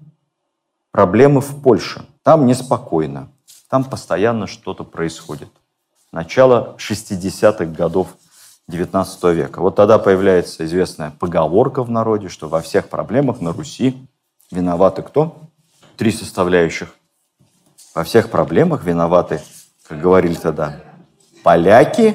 проблемы в Польше. Там неспокойно. Там постоянно что-то происходит. Начало шестидесятых годов девятнадцатого века. Вот тогда появляется известная поговорка в народе, что во всех проблемах на Руси виноваты кто? Три составляющих. Во всех проблемах виноваты, как говорили тогда, поляки,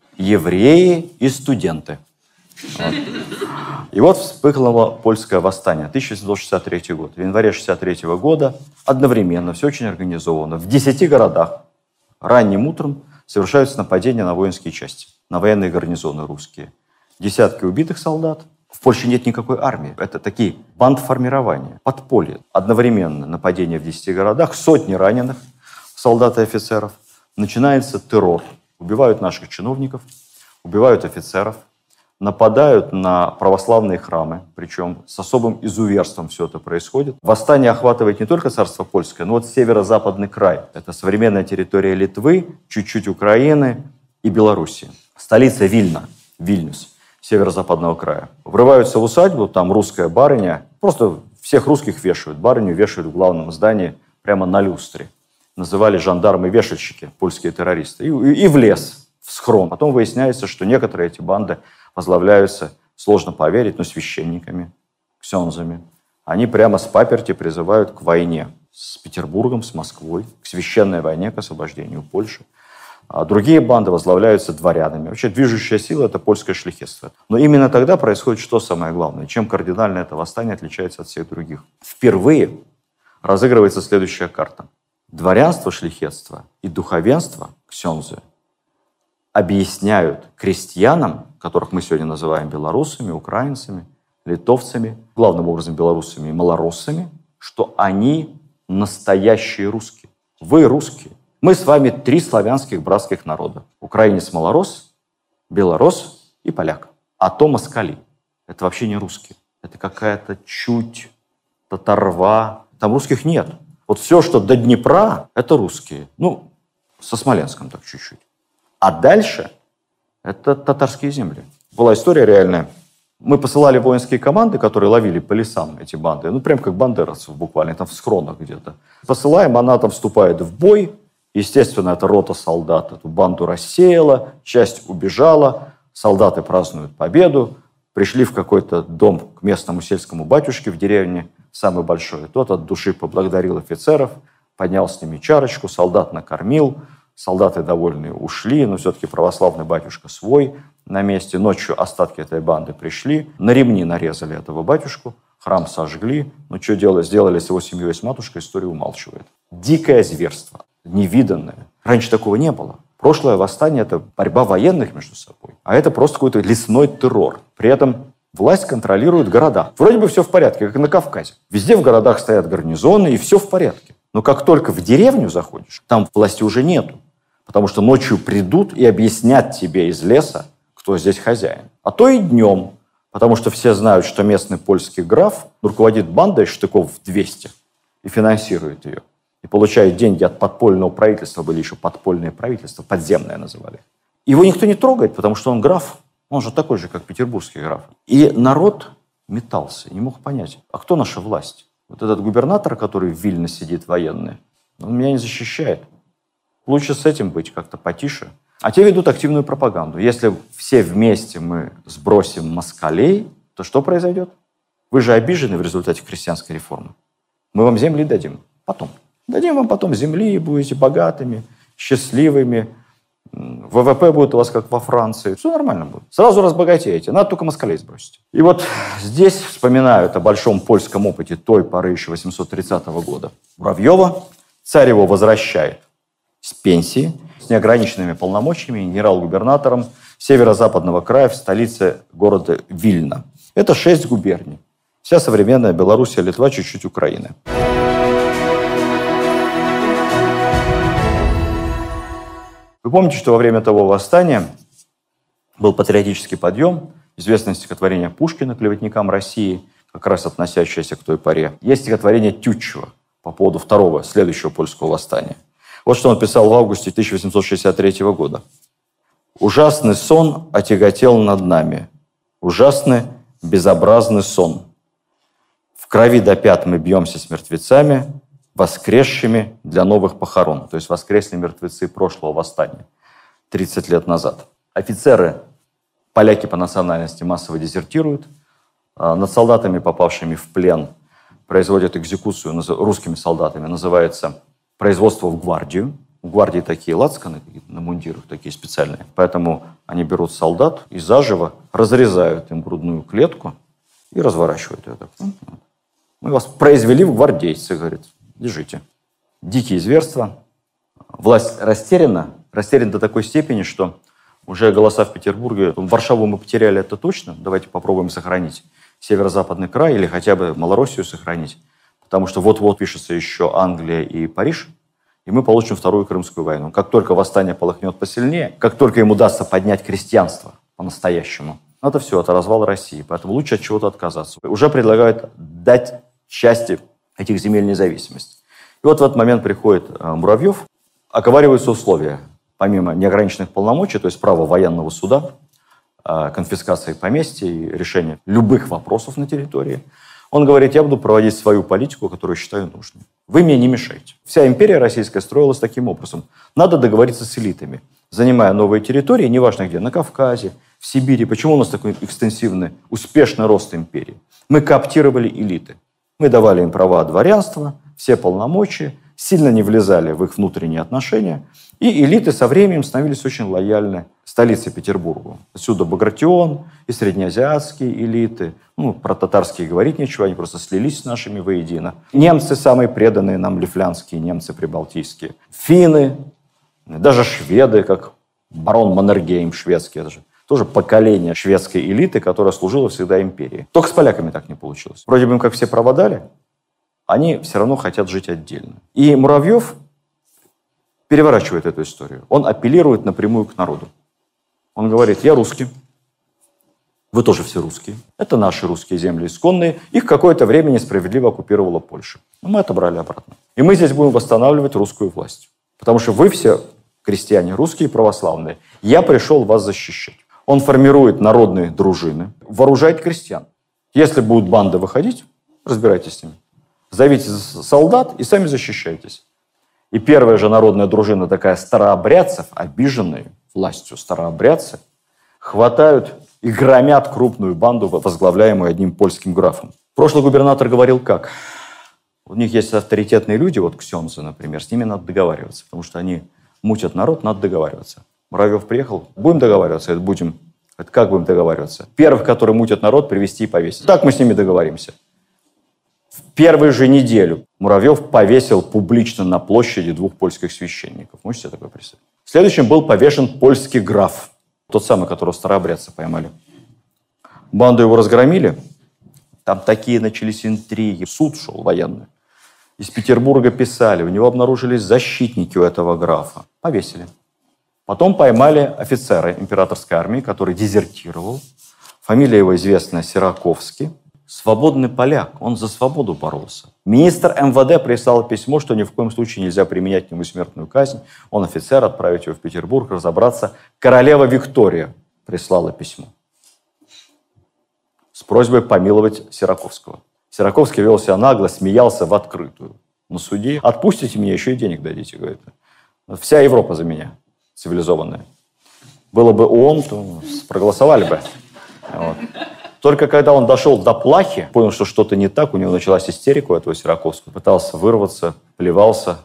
евреи и студенты. Вот. И вот вспыхнуло польское восстание, тысяча семьсот шестьдесят третий год. В январе шестьдесят третьего года одновременно, все очень организовано, в десяти городах ранним утром совершаются нападения на воинские части, на военные гарнизоны русские. Десятки убитых солдат. В Польше нет никакой армии. Это такие бандформирования, подполье. Одновременно нападение в десяти городах, сотни раненых солдат и офицеров. Начинается террор. Убивают наших чиновников, убивают офицеров, нападают на православные храмы, причем с особым изуверством все это происходит. Восстание охватывает не только царство польское, но вот северо-западный край. Это современная территория Литвы, чуть-чуть Украины и Белоруссии. Столица Вильна, Вильнюс, северо-западного края. Врываются в усадьбу, там русская барыня, просто всех русских вешают. Барыню вешают в главном здании прямо на люстре. Называли жандармы-вешальщики, польские террористы. И, и, и в лес, в схрон. Потом выясняется, что некоторые эти банды возглавляются, сложно поверить, но священниками, ксензами. Они прямо с паперти призывают к войне с Петербургом, с Москвой, к священной войне, к освобождению Польши. А другие банды возглавляются дворянами. Вообще движущая сила – это польское шляхетство. Но именно тогда происходит что самое главное, чем кардинально это восстание отличается от всех других. Впервые разыгрывается следующая карта. Дворянство, шляхетство и духовенство, ксензы, объясняют крестьянам, которых мы сегодня называем белорусами, украинцами, литовцами, главным образом белорусами и малороссами, что они настоящие русские. Вы русские. Мы с вами три славянских братских народа. Украинец, малорос, белорос и поляк. А то москали. Это вообще не русские. Это какая-то чуть, татарва. Там русских нет. Вот все, что до Днепра, это русские. Ну, со Смоленском так чуть-чуть. А дальше Это татарские земли. Была история реальная. Мы посылали воинские команды, которые ловили по лесам эти банды. Ну, прям как бандеровцев буквально, там в схронах где-то. Посылаем, она там вступает в бой. Естественно, эта рота солдат эту банду рассеяла, часть убежала. Солдаты празднуют победу. Пришли в какой-то дом к местному сельскому батюшке в деревне, самый большой. Тот от души поблагодарил офицеров, поднял с ними чарочку, солдат накормил. Солдаты довольные ушли, но все-таки православный батюшка свой на месте. Ночью остатки этой банды пришли, на ремни нарезали этого батюшку, храм сожгли. Ну, что делать? Сделали с его семьей и с матушкой, история умалчивает. Дикое зверство, невиданное. Раньше такого не было. Прошлое восстание – это борьба военных между собой, а это просто какой-то лесной террор. При этом власть контролирует города. Вроде бы все в порядке, как и на Кавказе. Везде в городах стоят гарнизоны, и все в порядке. Но как только в деревню заходишь, там власти уже нету. Потому что ночью придут и объяснят тебе из леса, кто здесь хозяин. А то и днем. Потому что все знают, что местный польский граф руководит бандой штыков в двести и финансирует ее. И получает деньги от подпольного правительства, были еще подпольные правительства, подземное называли. Его никто не трогает, потому что он граф. Он же такой же, как петербургский граф. И народ метался, не мог понять, а кто наша власть? Вот этот губернатор, который в Вильно сидит, военный, он меня не защищает. Лучше с этим быть как-то потише. А те ведут активную пропаганду. Если все вместе мы сбросим москалей, то что произойдет? Вы же обижены в результате крестьянской реформы. Мы вам земли дадим. Потом. Дадим вам потом земли, и будете богатыми, счастливыми. ВВП будет у вас как во Франции. Все нормально будет. Сразу разбогатеете. Надо только москалей сбросить. И вот здесь вспоминают о большом польском опыте той поры еще восемьсот тридцатого года. Муравьева. Царь его возвращает с пенсии, с неограниченными полномочиями, генерал-губернатором северо-западного края в столице города Вильно. Это шесть губерний. Вся современная Белоруссия, Литва, чуть-чуть Украина. Вы помните, что во время того восстания был патриотический подъем, известное стихотворение Пушкина «Клеветникам России», как раз относящееся к той поре. Есть стихотворение Тютчева по поводу второго, следующего польского восстания. Вот что он писал в августе тысяча восемьсот шестьдесят третьего года. «Ужасный сон отяготел над нами, ужасный безобразный сон. В крови до пят мы бьемся с мертвецами, воскресшими для новых похорон». То есть воскресли мертвецы прошлого восстания, тридцать лет назад. Офицеры, поляки по национальности, массово дезертируют. Над солдатами, попавшими в плен, производят экзекуцию русскими солдатами, называется производство в гвардию. В гвардии такие лацканы на мундирах, такие специальные. Поэтому они берут солдат и заживо разрезают им грудную клетку и разворачивают ее. Мы вас произвели в гвардейцы, говорит. Лежите. Дикие зверства. Власть растеряна. Растеряна до такой степени, что уже голоса в Петербурге. Варшаву мы потеряли, это точно. Давайте попробуем сохранить северо-западный край или хотя бы Малороссию сохранить. Потому что вот-вот пишется еще Англия и Париж, и мы получим Вторую Крымскую войну. Как только восстание полыхнет посильнее, как только им удастся поднять крестьянство по-настоящему, это все, это развал России. Поэтому лучше от чего-то отказаться. Уже предлагают дать части этих земель независимость. И вот в этот момент приходит Муравьев, оговариваются условия. Помимо неограниченных полномочий, то есть права военного суда, конфискации поместья и решения любых вопросов на территории, он говорит, я буду проводить свою политику, которую считаю нужной. Вы мне не мешаете. Вся империя российская строилась таким образом. Надо договориться с элитами, занимая новые территории, неважно где, на Кавказе, в Сибири. Почему у нас такой экстенсивный, успешный рост империи? Мы кооптировали элиты. Мы давали им права дворянства, все полномочия, сильно не влезали в их внутренние отношения. И элиты со временем становились очень лояльны столице Петербургу. Отсюда Багратион и среднеазиатские элиты. Ну, про татарские говорить нечего, они просто слились с нашими воедино. Немцы самые преданные нам, лифлянские немцы прибалтийские. Финны, даже шведы, как барон Маннергейм шведский, это же тоже поколение шведской элиты, которая служила всегда империи. Только с поляками так не получилось. Вроде бы им как все права дали, они все равно хотят жить отдельно. И Муравьев переворачивает эту историю. Он апеллирует напрямую к народу. Он говорит, я русский, вы тоже все русские. Это наши русские земли исконные. Их какое-то время несправедливо оккупировала Польша. Но мы отобрали обратно. И мы здесь будем восстанавливать русскую власть. Потому что вы все крестьяне русские православные, я пришел вас защищать. Он формирует народные дружины, вооружает крестьян. Если будут банды выходить, разбирайтесь с ними. Зовите солдат и сами защищайтесь. И первая же народная дружина, такая старообрядцев, обиженные властью старообрядцы, хватают и громят крупную банду, возглавляемую одним польским графом. Прошлый губернатор говорил как? У них есть авторитетные люди, вот ксензы, например, с ними надо договариваться, потому что они мутят народ, надо договариваться. Муравьев приехал, будем договариваться? Это будем. Это как будем договариваться? Первых, которые мутят народ, привести и повесить. Так мы с ними договоримся. В первую же неделю Муравьев повесил публично на площади двух польских священников. Можете себе такое представить? Следующим был повешен польский граф, тот самый, которого старообрядцы поймали. Банду его разгромили. Там такие начались интриги. Суд шел военный. Из Петербурга писали, у него обнаружились защитники у этого графа. Повесили. Потом поймали офицера императорской армии, который дезертировал. Фамилия его известная, Сираковский. Свободный поляк, он за свободу боролся. Министр эм вэ дэ прислал письмо, что ни в коем случае нельзя применять к нему смертную казнь. Он офицер, отправить его в Петербург, разобраться. Королева Виктория прислала письмо с просьбой помиловать Сираковского. Сираковский вел себя нагло, смеялся в открытую. На суде: отпустите меня, еще и денег дадите, говорит. Вся Европа за меня, цивилизованная. Было бы ООН, то проголосовали бы. Вот. Только когда он дошел до плахи, понял, что что-то не так, у него началась истерика у этого Сираковского. Пытался вырваться, плевался,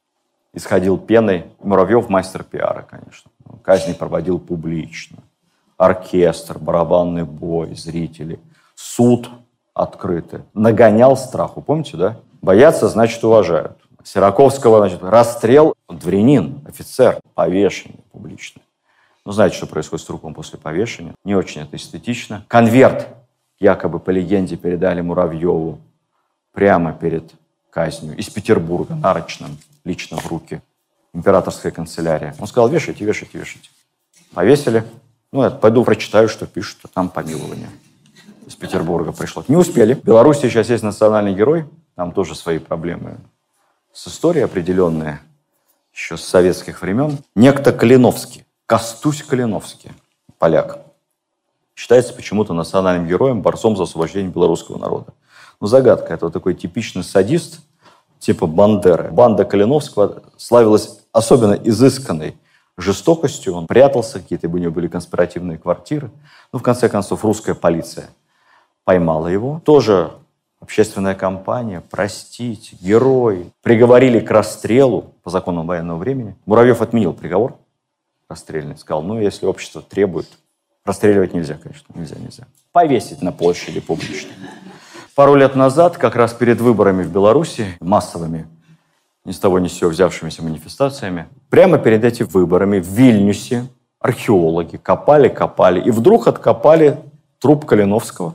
исходил пеной. Муравьев мастер пиара, конечно. Казни проводил публично. Оркестр, барабанный бой, зрители. Суд открытый. Нагонял страху, помните, да? Боятся, значит, уважают. Сираковского, значит, расстрел, дворянин, офицер, повешение публичное. Ну, знаете, что происходит с трупом после повешения? Не очень это эстетично. Конверт, якобы по легенде, передали Муравьеву прямо перед казнью из Петербурга, нарочным, лично в руки. Императорская канцелярия. Он сказал: вешайте, вешайте, вешайте. Повесили. Ну, я пойду прочитаю, что пишут, а там помилование. Из Петербурга пришло. Не успели. В Беларуси сейчас есть национальный герой. Там тоже свои проблемы с историей определенные, еще с советских времен. Некто Калиновский. Костусь Калиновский, поляк. Считается почему-то национальным героем, борцом за освобождение белорусского народа. Ну, загадка. Это вот такой типичный садист, типа Бандеры. Банда Калиновского славилась особенно изысканной жестокостью. Он прятался, какие-то у него были конспиративные квартиры. Ну, в конце концов, русская полиция поймала его. Тоже общественная кампания, простить, герой. Приговорили к расстрелу по законам военного времени. Муравьев отменил приговор расстрельный. Сказал: ну, если общество требует, расстреливать нельзя, конечно, нельзя, нельзя. Повесить на площади публично. Пару лет назад, как раз перед выборами в Беларуси, массовыми, ни с того ни с сего взявшимися манифестациями, прямо перед этими выборами в Вильнюсе археологи копали, копали, и вдруг откопали труп Калиновского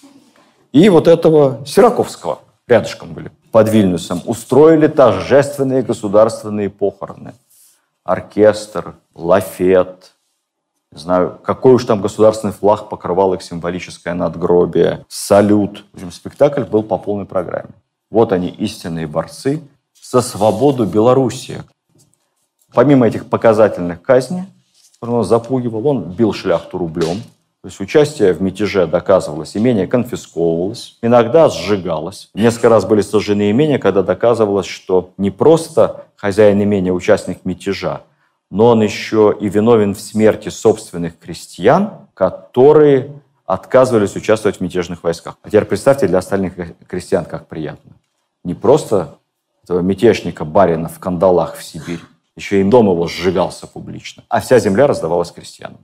и вот этого Сираковского. Рядышком были. Под Вильнюсом устроили торжественные государственные похороны. Оркестр, лафет, не знаю, какой уж там государственный флаг покрывал их символическое надгробие, салют. В общем, спектакль был по полной программе. Вот они, истинные борцы за свободу Белоруссии. Помимо этих показательных казней, он запугивал, он бил шляхту рублем. То есть участие в мятеже доказывалось, имение конфисковывалось, иногда сжигалось. Несколько раз были сожжены имения, когда доказывалось, что не просто хозяин имения участник мятежа, но он еще и виновен в смерти собственных крестьян, которые отказывались участвовать в мятежных войсках. А теперь представьте для остальных крестьян, как приятно. Не просто этого мятежника барина в кандалах в Сибирь, еще и дом его сжигался публично, а вся земля раздавалась крестьянам.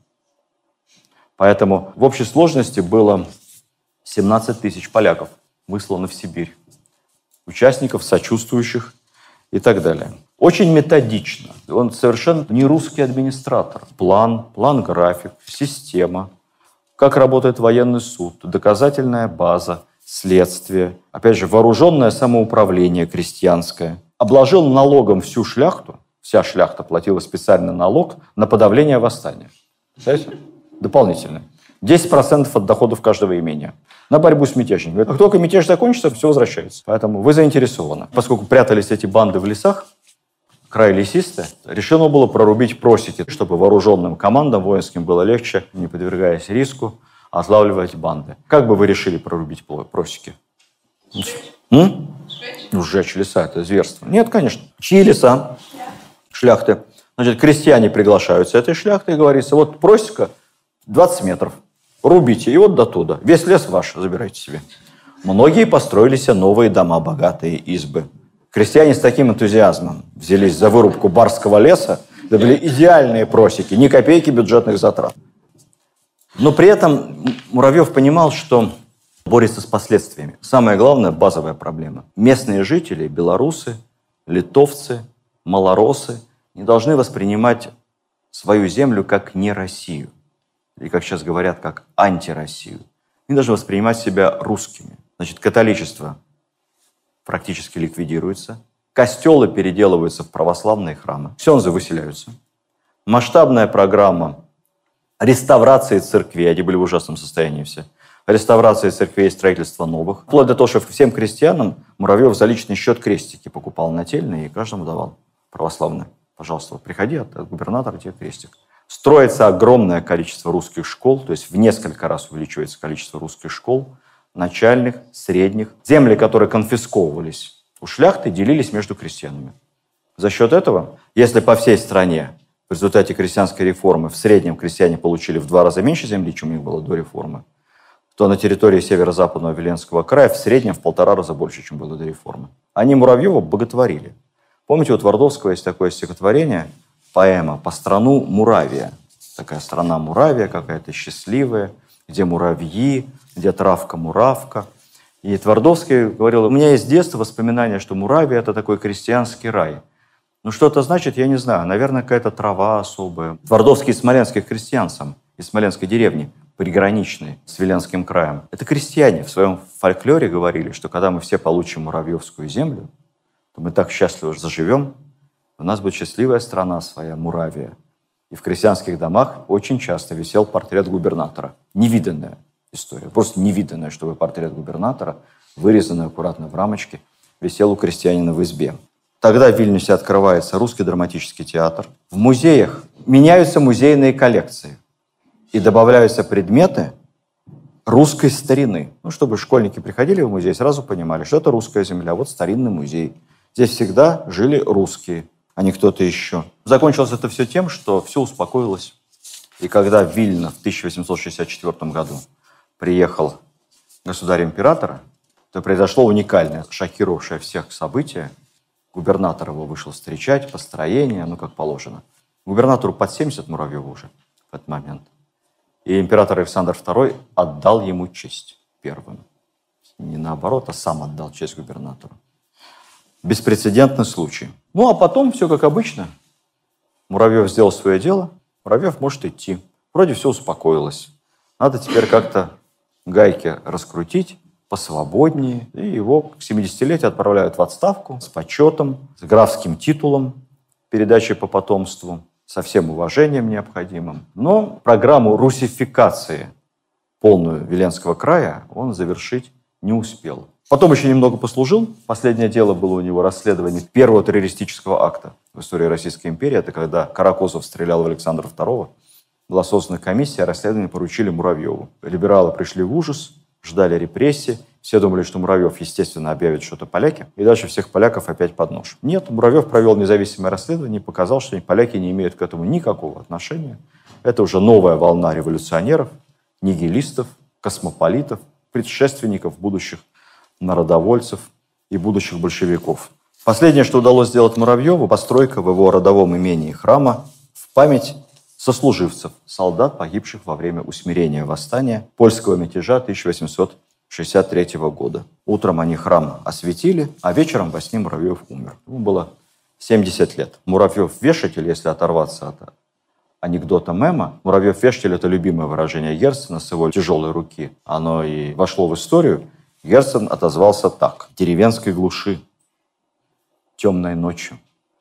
Поэтому в общей сложности было семнадцать тысяч поляков выслано в Сибирь. Участников, сочувствующих и так далее. Очень методично. Он совершенно не русский администратор. План, план-график, система. Как работает военный суд, доказательная база, следствие. Опять же, вооруженное самоуправление крестьянское. Обложил налогом всю шляхту. Вся шляхта платила специальный налог на подавление восстания. Представляете? Дополнительно. десять процентов от доходов каждого имения. На борьбу с мятежниками. Как только мятеж закончится, все возвращается. Поэтому вы заинтересованы. Поскольку прятались эти банды в лесах, край лесистый, решено было прорубить просеки, чтобы вооруженным командам воинским было легче, не подвергаясь риску, отлавливать банды. Как бы вы решили прорубить просеки? Сжечь. М? Сжечь. Ну, сжечь леса – это зверство. Нет, конечно. Чьи леса? Шляхты. Значит, крестьяне приглашаются этой шляхты и говорится, вот просека двадцать метров, рубите, и вот до туда. Весь лес ваш, забирайте себе. Многие построили себе новые дома, богатые избы. Крестьяне с таким энтузиазмом взялись за вырубку барского леса. Это были идеальные просеки, ни копейки бюджетных затрат. Но при этом Муравьев понимал, что борется с последствиями. Самая главная базовая проблема. Местные жители, белорусы, литовцы, малоросы не должны воспринимать свою землю как не Россию. Или, как сейчас говорят, как антироссию. Они должны воспринимать себя русскими. Значит, католичество практически ликвидируется. Костелы переделываются в православные храмы. Ксензы выселяются. Масштабная программа реставрации церквей. Они были в ужасном состоянии все. Реставрация церквей и строительство новых. Вплоть до того, что всем крестьянам Муравьев за личный счет крестики покупал нательные и каждому давал православные. Пожалуйста, вот приходи от губернатора, тебе крестик. Строится огромное количество русских школ, то есть в несколько раз увеличивается количество русских школ, начальных, средних. Земли, которые конфисковывались у шляхты, делились между крестьянами. За счет этого, если по всей стране в результате крестьянской реформы в среднем крестьяне получили в два раза меньше земли, чем у них было до реформы, то на территории северо-западного Виленского края в среднем в полтора раза больше, чем было до реформы. Они Муравьева боготворили. Помните, у Твардовского есть такое стихотворение, поэма «По страну Муравия». Такая страна Муравия какая-то счастливая, где муравьи, где травка-муравка. И Твардовский говорил, у меня есть с детства воспоминания, что Муравия – это такой крестьянский рай. Ну, что это значит, я не знаю. Наверное, какая-то трава особая. Твардовский из смоленских крестьян сам, из смоленской деревни, приграничной с Виленским краем. Это крестьяне в своем фольклоре говорили, что когда мы все получим муравьевскую землю, то мы так счастливо заживем, у нас будет счастливая страна своя, Муравия. И в крестьянских домах очень часто висел портрет губернатора. Невиданная история, просто невиданная, чтобы портрет губернатора, вырезанный аккуратно в рамочке, висел у крестьянина в избе. Тогда в Вильнюсе открывается Русский драматический театр. В музеях меняются музейные коллекции и добавляются предметы русской старины. Ну, чтобы школьники приходили в музей, сразу понимали, что это русская земля, вот старинный музей. Здесь всегда жили русские, а не кто-то еще. Закончилось это все тем, что все успокоилось. И когда в Вильно в тысяча восемьсот шестьдесят четвёртом году приехал государь-император, то произошло уникальное, шокировавшее всех событие. Губернатор его вышел встречать, построение, ну, как положено. Губернатору под семьдесят, Муравьеву уже в этот момент. И император Александр второй отдал ему честь первым. Не наоборот, а сам отдал честь губернатору. Беспрецедентный случай. Ну, а потом все как обычно. Муравьев сделал свое дело, Муравьев может идти. Вроде все успокоилось. Надо теперь как-то гайки раскрутить посвободнее. И его к семидесятилетию отправляют в отставку с почетом, с графским титулом, передачей по потомству, со всем уважением необходимым. Но программу русификации полную Виленского края он завершить не успел. Потом еще немного послужил. Последнее дело было у него расследование первого террористического акта в истории Российской империи. Это когда Каракозов стрелял в Александра второго. Была создана комиссия, расследование поручили Муравьеву. Либералы пришли в ужас, ждали репрессий. Все думали, что Муравьев, естественно, объявит что-то поляки. И дальше всех поляков опять под нож. Нет, Муравьев провел независимое расследование и показал, что поляки не имеют к этому никакого отношения. Это уже новая волна революционеров, нигилистов, космополитов, предшественников будущих народовольцев и будущих большевиков. Последнее, что удалось сделать Муравьеву, постройка в его родовом имении храма в память сослуживцев, солдат, погибших во время усмирения восстания польского мятежа тысяча восемьсот шестьдесят третьего года. Утром они храм осветили, а вечером во сне Муравьев умер. Ему было семьдесят лет. Муравьев-вешатель, если оторваться от анекдота мема, Муравьев-вешатель – это любимое выражение Герцена с его тяжелой руки. Оно и вошло в историю. Герцен отозвался так. В деревенской глуши, темной ночью.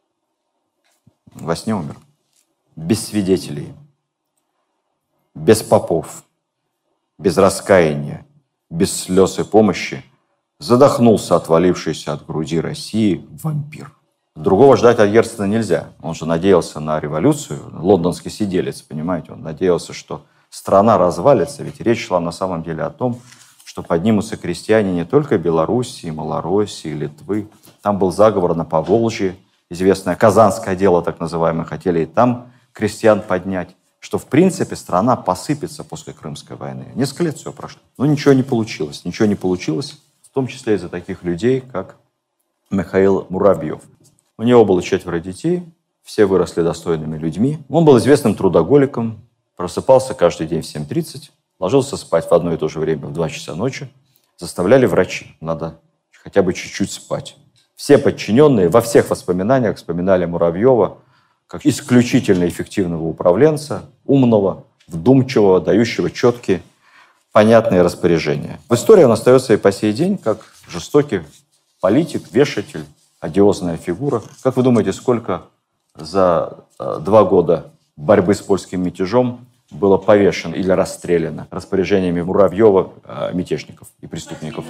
Во сне умер. Без свидетелей, без попов, без раскаяния, без слез и помощи задохнулся отвалившийся от груди России вампир. Другого ждать от Герцена нельзя. Он же надеялся на революцию, лондонский сиделец, понимаете, он надеялся, что страна развалится, ведь речь шла на самом деле о том, что поднимутся крестьяне не только Белоруссии, Малороссии, Литвы. Там был заговор на Поволжье, известное Казанское дело, так называемое, хотели и там крестьян поднять, что в принципе страна посыпется после Крымской войны. Несколько лет все прошло, но ничего не получилось. Ничего не получилось, в том числе из-за таких людей, как Михаил Муравьев. У него было четверо детей, все выросли достойными людьми. Он был известным трудоголиком, просыпался каждый день в семь тридцать, ложился спать в одно и то же время в два часа ночи. Заставляли врачи, надо хотя бы чуть-чуть спать. Все подчиненные во всех воспоминаниях вспоминали Муравьева как исключительно эффективного управленца, умного, вдумчивого, дающего четкие, понятные распоряжения. В истории он остается и по сей день как жестокий политик, вешатель, одиозная фигура. Как вы думаете, сколько за э, два года борьбы с польским мятежом было повешено или расстреляно распоряжениями Муравьева э, мятежников и преступников?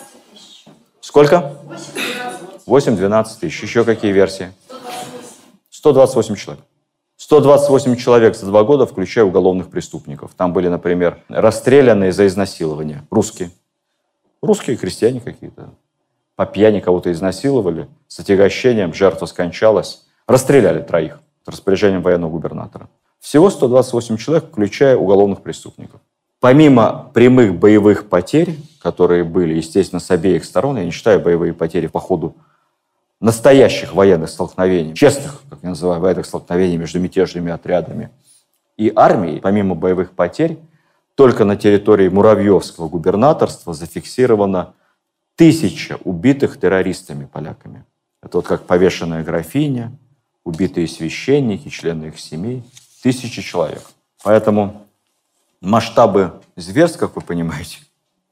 Сколько? восемь-двенадцать тысяч. Еще какие версии? сто двадцать восемь человек. сто двадцать восемь человек за два года, включая уголовных преступников. Там были, например, расстрелянные за изнасилование. Русские. Русские крестьяне какие-то. По пьяни кого-то изнасиловали. С отягощением жертва скончалась. Расстреляли троих. С распоряжением военного губернатора. Всего сто двадцать восемь человек, включая уголовных преступников. Помимо прямых боевых потерь, которые были, естественно, с обеих сторон, я не считаю боевые потери по ходу настоящих военных столкновений, честных, как я называю, военных столкновений между мятежными отрядами и армией, помимо боевых потерь, только на территории Муравьевского губернаторства зафиксировано тысяча убитых террористами поляками. Это вот как повешенная графиня, убитые священники, члены их семей, тысячи человек. Поэтому масштабы зверств, как вы понимаете,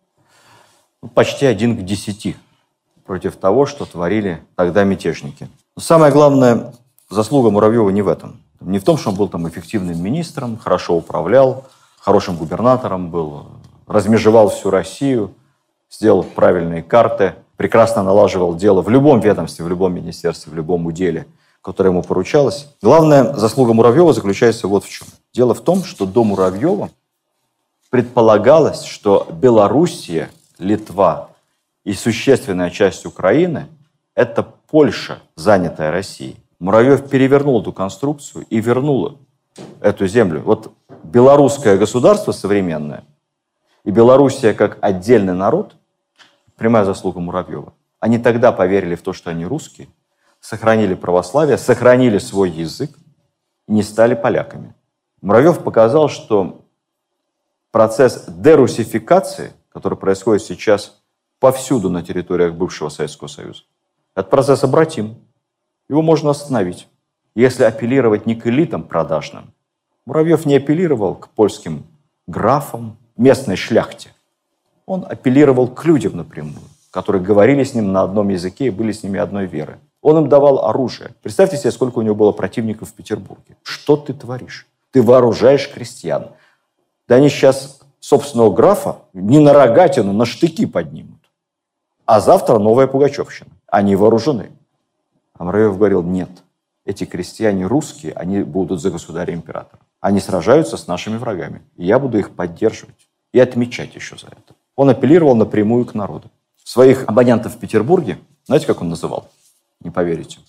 почти один к десяти против того, что творили тогда мятежники. Но самая главная заслуга Муравьева не в этом. Не в том, что он был там эффективным министром, хорошо управлял, хорошим губернатором был, размежевал всю Россию, сделал правильные карты, прекрасно налаживал дело в любом ведомстве, в любом министерстве, в любом уделе, которое ему поручалось. Главная заслуга Муравьева заключается вот в чем. Дело в том, что до Муравьева предполагалось, что Белоруссия, Литва и существенная часть Украины – это Польша, занятая Россией. Муравьев перевернул эту конструкцию и вернул эту землю. Вот белорусское государство современное и Белоруссия как отдельный народ – прямая заслуга Муравьева. Они тогда поверили в то, что они русские, сохранили православие, сохранили свой язык и не стали поляками. Муравьев показал, что процесс дерусификации, который происходит сейчас повсюду на территориях бывшего Советского Союза, этот процесс обратим. Его можно остановить. Если апеллировать не к элитам продажным, Муравьев не апеллировал к польским графам, местной шляхте. Он апеллировал к людям напрямую, которые говорили с ним на одном языке и были с ними одной веры. Он им давал оружие. Представьте себе, сколько у него было противников в Петербурге. Что ты творишь? Ты вооружаешь крестьян. Да они сейчас собственного графа не на рогатину, на штыки поднимут. А завтра новая пугачевщина. Они вооружены. А Муравьев говорил, нет, эти крестьяне русские, они будут за государя-императора. Они сражаются с нашими врагами. И я буду их поддерживать и отмечать еще за это. Он апеллировал напрямую к народу. Своих абонентов в Петербурге, знаете, как он называл? Не поверите.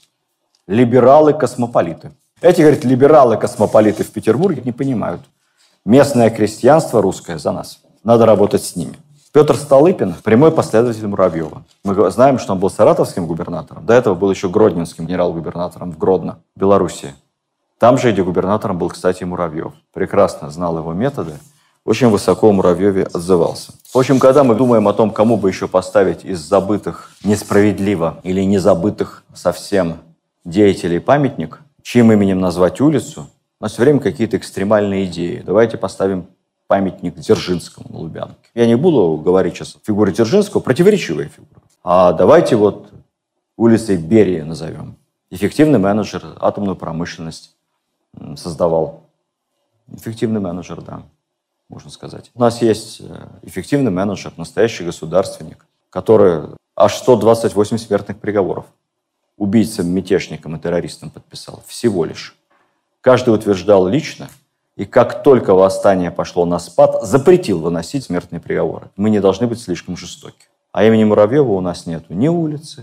Либералы-космополиты. Эти, говорит, либералы-космополиты в Петербурге не понимают. Местное крестьянство русское за нас. Надо работать с ними. Петр Столыпин – прямой последователь Муравьева. Мы знаем, что он был саратовским губернатором. До этого был еще гродненским генерал-губернатором в Гродно, Белоруссии. Там же, где губернатором был, кстати, Муравьев. Прекрасно знал его методы. Очень высоко о Муравьеве отзывался. В общем, когда мы думаем о том, кому бы еще поставить из забытых несправедливо или незабытых совсем деятелей памятник, чьим именем назвать улицу, у нас все время какие-то экстремальные идеи. Давайте поставим памятник Дзержинскому на Лубянке. Я не буду говорить сейчас о фигуре Дзержинского, противоречивая фигура. А давайте вот улицей Берии назовем. Эффективный менеджер, атомную промышленность создавал. Эффективный менеджер, да, можно сказать. У нас есть эффективный менеджер, настоящий государственник, который аж сто двадцать восемь смертных приговоров убийцам, мятежникам и террористам подписал. Всего лишь. Каждый утверждал лично, и как только восстание пошло на спад, запретил выносить смертные приговоры. Мы не должны быть слишком жестоки. А имени Муравьева у нас нету ни улицы,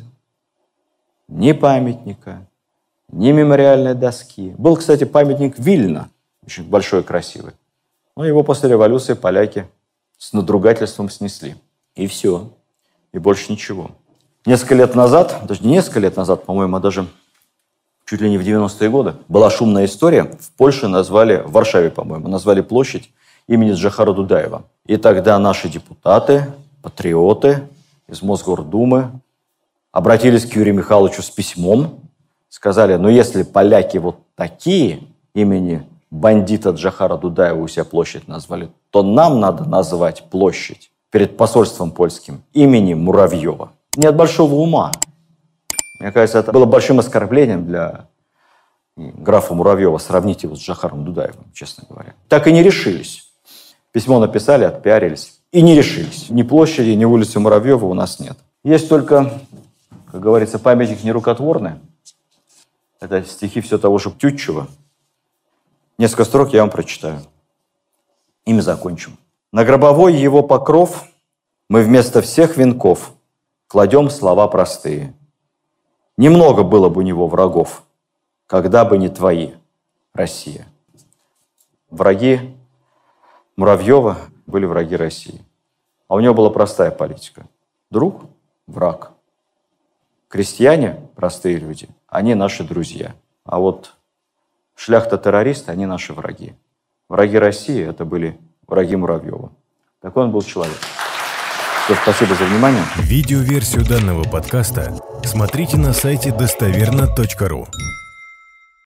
ни памятника, ни мемориальной доски. Был, кстати, памятник Вильна, очень большой и красивый. Но его после революции поляки с надругательством снесли. И все. И больше ничего. Несколько лет назад, даже не несколько лет назад, по-моему, а даже чуть ли не в девяностые годы, была шумная история. В Польше назвали, в Варшаве, по-моему, назвали площадь имени Джохара Дудаева. И тогда наши депутаты, патриоты из Мосгордумы обратились к Юрию Михайловичу с письмом, сказали, ну если поляки вот такие, имени бандита Джохара Дудаева у себя площадь назвали, то нам надо назвать площадь перед посольством польским имени Муравьева. Не от большого ума. Мне кажется, это было большим оскорблением для графа Муравьева сравнить его с Джохаром Дудаевым, честно говоря. Так и не решились. Письмо написали, отпиарились. И не решились. Ни площади, ни улицы Муравьева у нас нет. Есть только, как говорится, памятник нерукотворный. Это стихи все того же Тютчева. Несколько строк я вам прочитаю. Ими закончим. На гробовой его покров мы вместо всех венков кладем слова простые. Немного было бы у него врагов, когда бы не твои, Россия. Враги Муравьева были враги России. А у него была простая политика. Друг – враг. Крестьяне – простые люди, они наши друзья. А вот шляхта-террористы – они наши враги. Враги России – это были враги Муравьева. Такой он был человек. Все, спасибо за внимание. Видеоверсию данного подкаста смотрите на сайте достоверно точка ру.